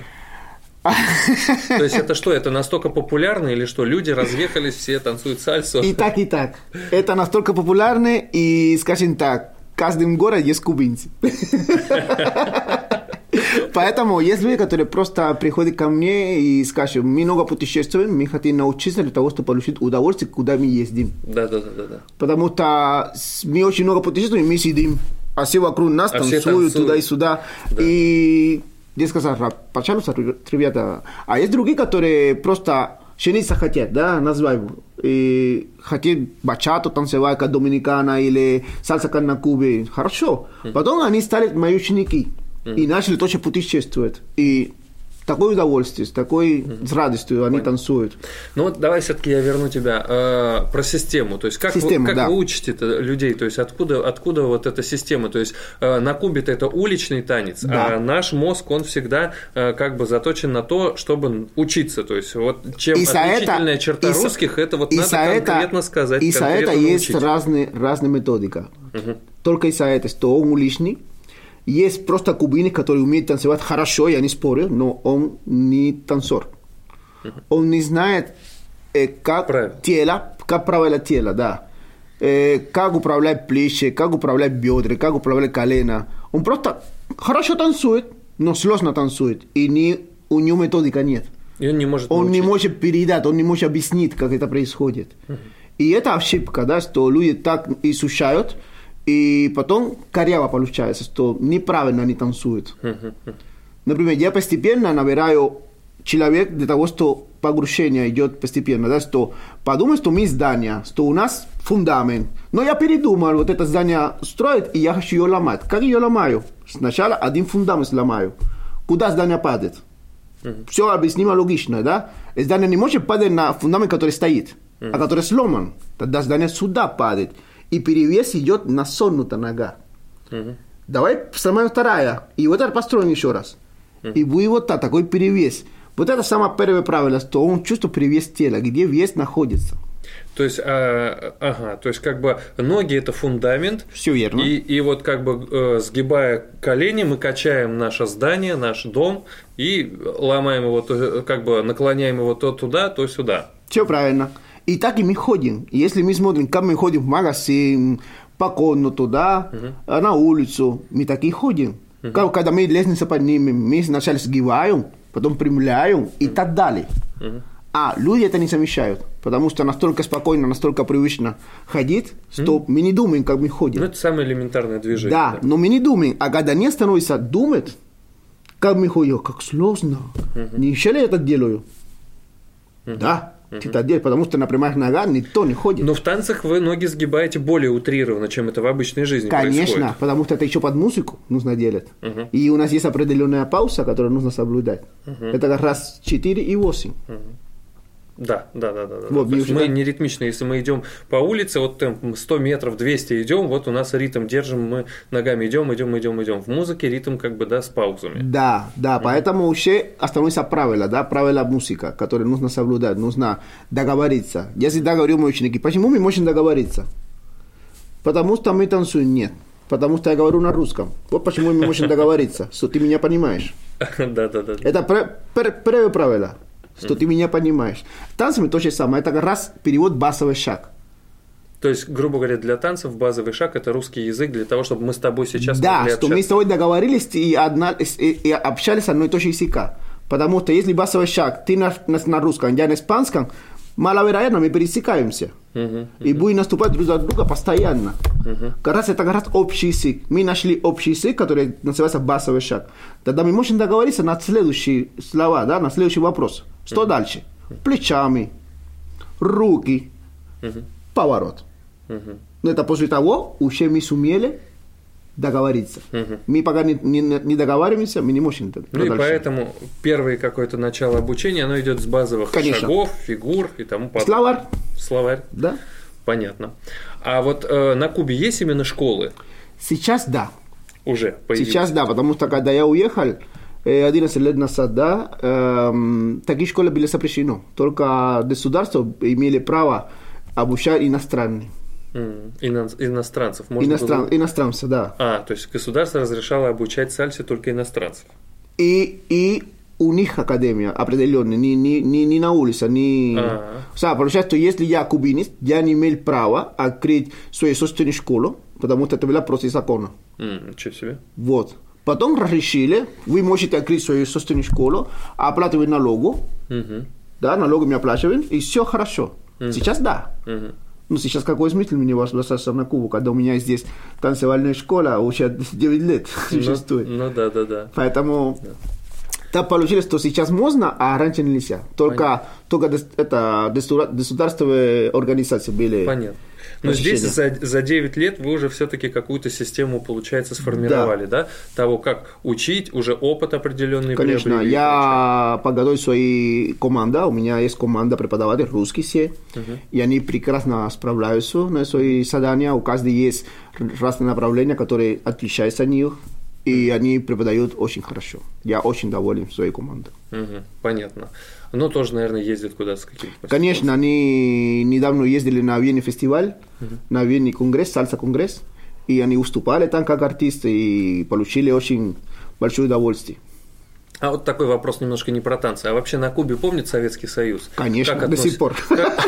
То есть это что, это настолько популярно или что, люди разъехались, все танцуют сальсу? И так, и так. Это настолько популярно, и, скажем так, в каждом городе есть кубинцы. Поэтому есть люди, которые просто приходят ко мне и скажут, мы много путешествуем, мы хотим научиться для того, чтобы получить удовольствие, куда мы ездим. Да, да, да, да. Потому что мы очень много путешествуем, мы сидим, а все вокруг нас а танцуют туда и сюда. Да. И я сказал, пожалуйста, ребята. А есть другие, которые просто жениться хотят, да, называем, и хотят бачату танцевать, как доминикана, или сальса, как на Кубе. Хорошо. Потом они стали мои ученики. И начали тоже путешествовать. И такое удовольствие, с такой mm-hmm. с радостью они Понятно. Танцуют. Ну вот давай все-таки я верну тебя э, про систему. То есть как, Система, вы, как да. вы учите людей? То есть откуда, откуда вот эта система? То есть э, на Кубе-то это уличный танец, да. а наш мозг, он всегда э, как бы заточен на то, чтобы учиться. То есть вот чем и отличительная это, черта и русских, это вот надо конкретно это, сказать. И за это есть разные, разные методика. Угу. Только из-за этого, что он уличный. Есть просто кубинец, который умеет танцевать хорошо, я не спорю, но он не танцор. Uh-huh. Он не знает, э, как Правильно. тело, как правило тело, да. Э, как управлять плечи, как управлять бедра, как управлять колено. Он просто хорошо танцует, но сложно танцует. И не, у него методика нет. И он не может Он научить. не может передать, он не может объяснить, как это происходит. Uh-huh. И это ошибка, да, что люди так изучают, и потом коряво получается, что неправильно они танцуют. Например, я постепенно набираю человек для того, что погружение идет постепенно. Да, что подумай, что мы здание, что у нас фундамент. Но я передумал вот это здание строить, и я хочу ее ломать. Как я ее ломаю? Сначала один фундамент сломаю. Куда здание падает? Все объяснимо логично, да? Здание не может падать на фундамент, который стоит, а который сломан. Тогда здание сюда падает. И перевес идет на согнутая нога. Uh-huh. Давай сломаем вторая. И вот это построим еще раз. Uh-huh. И будет вот так, такой перевес. Вот это самое первое правило, что он чувствует перевес тела, где вес находится. То есть, а, ага, то есть, как бы ноги – это фундамент. Все верно. И, и вот как бы э, сгибая колени, мы качаем наше здание, наш дом и ломаем его, то, как бы наклоняем его то туда, то сюда. Все правильно. И так и мы ходим. Если мы смотрим, как мы ходим в магазин, по комнату, да, uh-huh. на улицу, мы так и ходим. Uh-huh. Когда мы лестницу поднимем, мы сначала сгибаем, потом примляем uh-huh. и так далее. Uh-huh. А люди это не замечают, потому что настолько спокойно, настолько привычно ходить, что uh-huh. мы не думаем, как мы ходим. Ну, это самое элементарное движение. Да, да, но мы не думаем. А когда не становится думать, Как Михаил, как сложно. Uh-huh. Неужели я так делаю? Uh-huh. Да. Uh-huh. Так делаешь, потому что на прямых ногах никто не ходит. Но в танцах вы ноги сгибаете более утрированно, чем это в обычной жизни Конечно, происходит. Потому что это еще под музыку нужно делать. Uh-huh. И у нас есть определенная пауза, которую нужно соблюдать. Uh-huh. Это как раз четыре и восемь. Uh-huh. Да, да, да, да. Вот, То есть мы так... не ритмично, если мы идем по улице, вот там сто метров, двести идем, вот у нас ритм держим, мы ногами идем, идем, идем, идем. В музыке ритм как бы, да, с паузами. Да, да, mm-hmm. поэтому еще остановится правило, да, правила музыка, которые нужно соблюдать, нужно договориться. Я всегда говорю моим ученикам, почему мы можем договориться? Потому что мы танцуем, нет. Потому что я говорю на русском. Вот почему мы можем договориться, что ты меня понимаешь. Да, да, да. Это первое правило. Что mm-hmm. ты меня понимаешь. Танцами то же самое. Это как раз перевод басовый шаг. То есть, грубо говоря, для танцев базовый шаг – это русский язык для того, чтобы мы с тобой сейчас да, могли общаться. Да, что мы с тобой договорились и, одна, и, и общались одной и той же языка. Потому что если базовый шаг, ты на, на, на русском, я на испанском, маловероятно мы пересекаемся. Uh-huh, uh-huh. И будем наступать друг за друга постоянно. Uh-huh. Как раз это как раз общий язык. Мы нашли общий язык, который называется басовый шаг. Тогда мы можем договориться на следующие слова, да, на следующий вопрос. Что uh-huh. дальше? Плечами, руки, uh-huh. поворот. Uh-huh. Но это после того, уже мы сумели договориться. Uh-huh. Мы пока не, не, не договариваемся, мы не можем. Ну и поэтому первое какое-то начало обучения, оно идет с базовых Конечно. шагов, фигур и тому подобное. Словарь. Словарь. Да. Понятно. А вот э, на Кубе есть именно школы? Сейчас да. Уже появились? Сейчас да, потому что когда я уехал, одиннадцать лет назад, да, э, такие школы были запрещены. Только государство имели право обучать иностранных. Mm. Ино- иностранцев можно Иностран... было... Иностранцев, да. А, то есть государство разрешало обучать сальсе только иностранцев. И, и у них академия определенная, не, не, не, не на улице, не... А-а-а. O sea, получается, если я кубинец, я не имел права открыть свою собственную школу, потому что это было против закона. Mm, ничего себе. Вот. Потом разрешили, вы можете открыть свою собственную школу, оплачивать налогу, uh-huh. да, налогами оплачиваем, и все хорошо. Uh-huh. Сейчас да. Uh-huh. Ну, сейчас какой смысл мне возвращаться на Кубу, когда у меня здесь танцевальная школа уже девять лет существует. Ну, ну да, да, да. Поэтому да. так получилось, что сейчас можно, а раньше нельзя. Только, только это, государственные организации были. Понятно. Но здесь за, за девять лет вы уже все-таки какую-то систему, получается, сформировали, да? да? Того, как учить, уже опыт определенный. Конечно, я подготовил свои команды, у меня есть команда преподавателей русские все, uh-huh. и они прекрасно справляются на свои задания, у каждого есть разные направления, которые отличаются от них, и они преподают очень хорошо. Я очень доволен своей командой. Uh-huh. Понятно. Но тоже, наверное, ездят куда-то с какими-то... Конечно, они недавно ездили на Вене фестиваль, uh-huh. на Вене конгресс, сальса-конгресс, и они выступали там как артисты и получили очень большое удовольствие. А вот такой вопрос немножко не про танцы. А вообще на Кубе помнит Советский Союз? Конечно, как до сих пор.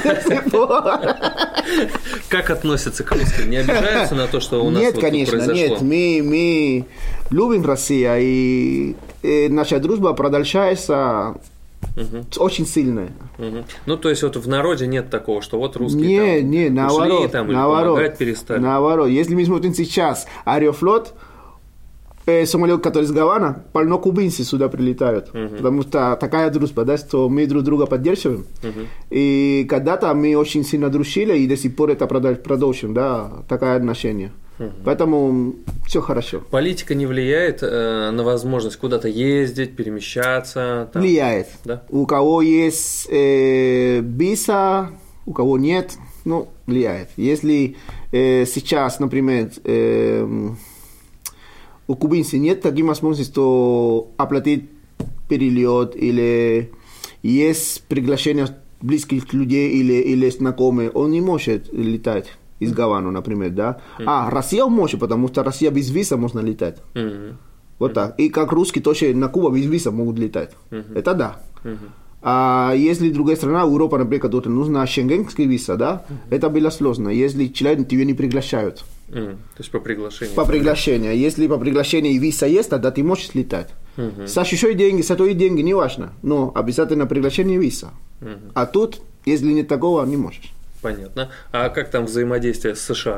Как относятся к русским? Не обижаются на то, что у нас вот произошло? Нет, конечно, нет. Мы любим Россию, и наша дружба продолжается очень сильная. Ну, то есть, вот в народе нет такого, что вот русские не, там не, наоборот, ушли там, или наоборот, помогать перестали. Наоборот, если мы смотрим сейчас Аэрофлот, самолет, который из Гавана, полно кубинцев сюда прилетают. Uh-huh. Потому что такая дружба, да, что мы друг друга поддерживаем. Uh-huh. И когда-то мы очень сильно дружили, и до сих пор это продолжим, да, такое отношение. Uh-huh. Поэтому все хорошо. Политика не влияет э, на возможность куда-то ездить, перемещаться? Там. Влияет. Да? У кого есть э, виза, у кого нет, ну, влияет. Если э, сейчас, например, э, у кубинцев нет таких возможностей, что оплатить перелет или есть приглашение близких людей или, или знакомых, он не может летать из Гаваны, например, да. Mm-hmm. А Россия может, потому что Россия без виза можно летать. Mm-hmm. Вот mm-hmm. так. И как русские тоже на Кубу без виза могут летать. Mm-hmm. Это да. Mm-hmm. А если другая страна, Европа, например, которая нужна шенгенская виза, да, mm-hmm. это было сложно. Если человек тебя не приглашают. Mm, то есть по приглашению. По приглашению. Если по приглашению и виза есть, тогда ты можешь летать. Uh-huh. За чужие деньги, за твои деньги, не важно. Но обязательно приглашение и виза. Uh-huh. А тут, если нет такого, не можешь. Понятно. А как там взаимодействие с США?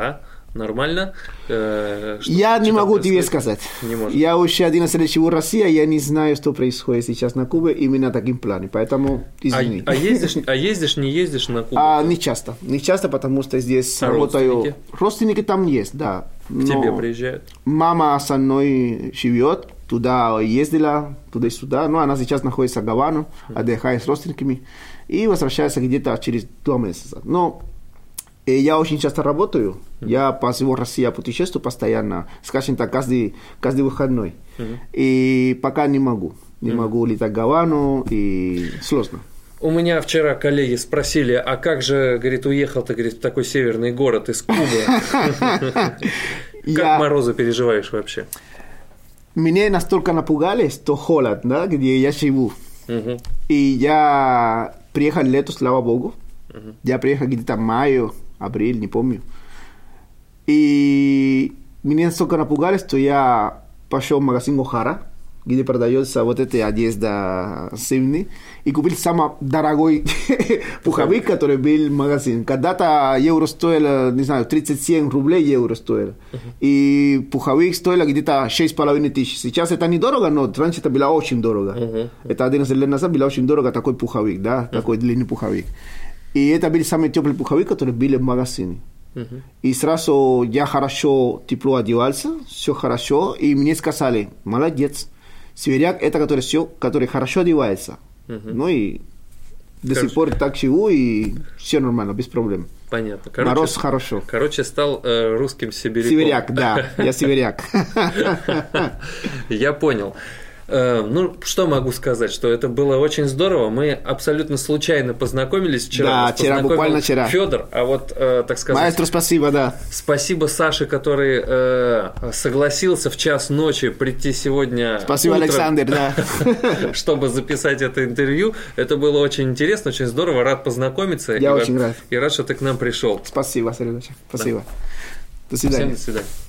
Нормально? Э, что, я не могу тебе сказать. Не можешь. Я уже одиннадцать лет живу в России, я не знаю, что происходит сейчас на Кубе именно таким плане, поэтому извини. А, а, ездишь, а ездишь, не ездишь на Кубу? А, не часто, не часто, потому что здесь а работаю. Родственники? Родственники там есть, да. К тебе приезжают? Мама со мной живет, туда ездила, туда и сюда, но она сейчас находится в Гавану, отдыхает с родственниками и возвращается где-то через два месяца. Но я очень часто работаю, mm-hmm. я по всему России путешествую постоянно, скажем так, каждый, каждый выходной. Mm-hmm. И пока не могу, не mm-hmm. могу летать в Гавану, и сложно. У меня вчера коллеги спросили, а как же, говорит, уехал-то, говорит, в такой северный город из Кубы? Как морозы переживаешь вообще? Меня настолько напугали, что холод, да, где я живу. И я приехал летом, слава богу. Я приехал где-то в мае, апрель, не помню. И меня настолько напугали, что я пошел в магазин Охара, где продается вот эта одежда зимняя, и купил самый дорогой пуховик, который был в магазине. Когда-то евро стоил, не знаю, тридцать семь рублей евро стоил. И пуховик стоил где-то шесть с половиной тысяч. Сейчас это недорого, но раньше это было очень дорого. Это одиннадцать лет назад было очень дорого такой пуховик, да, такой длинный пуховик. И это был самый теплый пуховик, который был в магазине. Uh-huh. И сразу я хорошо, тепло одевался, все хорошо, и мне сказали, молодец, северяк это который, все, который хорошо одевается. Uh-huh. Ну и до сих пор так живу, и все нормально, без проблем. Понятно. Короче, мороз хорошо. Короче, стал э, русским сибиряком. Северяк, да, я северяк. Я понял. Ну, что могу сказать, что это было очень здорово. Мы абсолютно случайно познакомились вчера. Да, вчера, буквально вчера. Федор, а вот, э, так сказать... Маэстро, спасибо, да. Спасибо Саше, который э, согласился в час ночи прийти сегодня Спасибо, утром, Александр, да. чтобы записать это интервью. Это было очень интересно, очень здорово. Рад познакомиться. Я и очень рад. И рад, что ты к нам пришел. Спасибо, Сережа. Спасибо. Да. До свидания. Всем до свидания.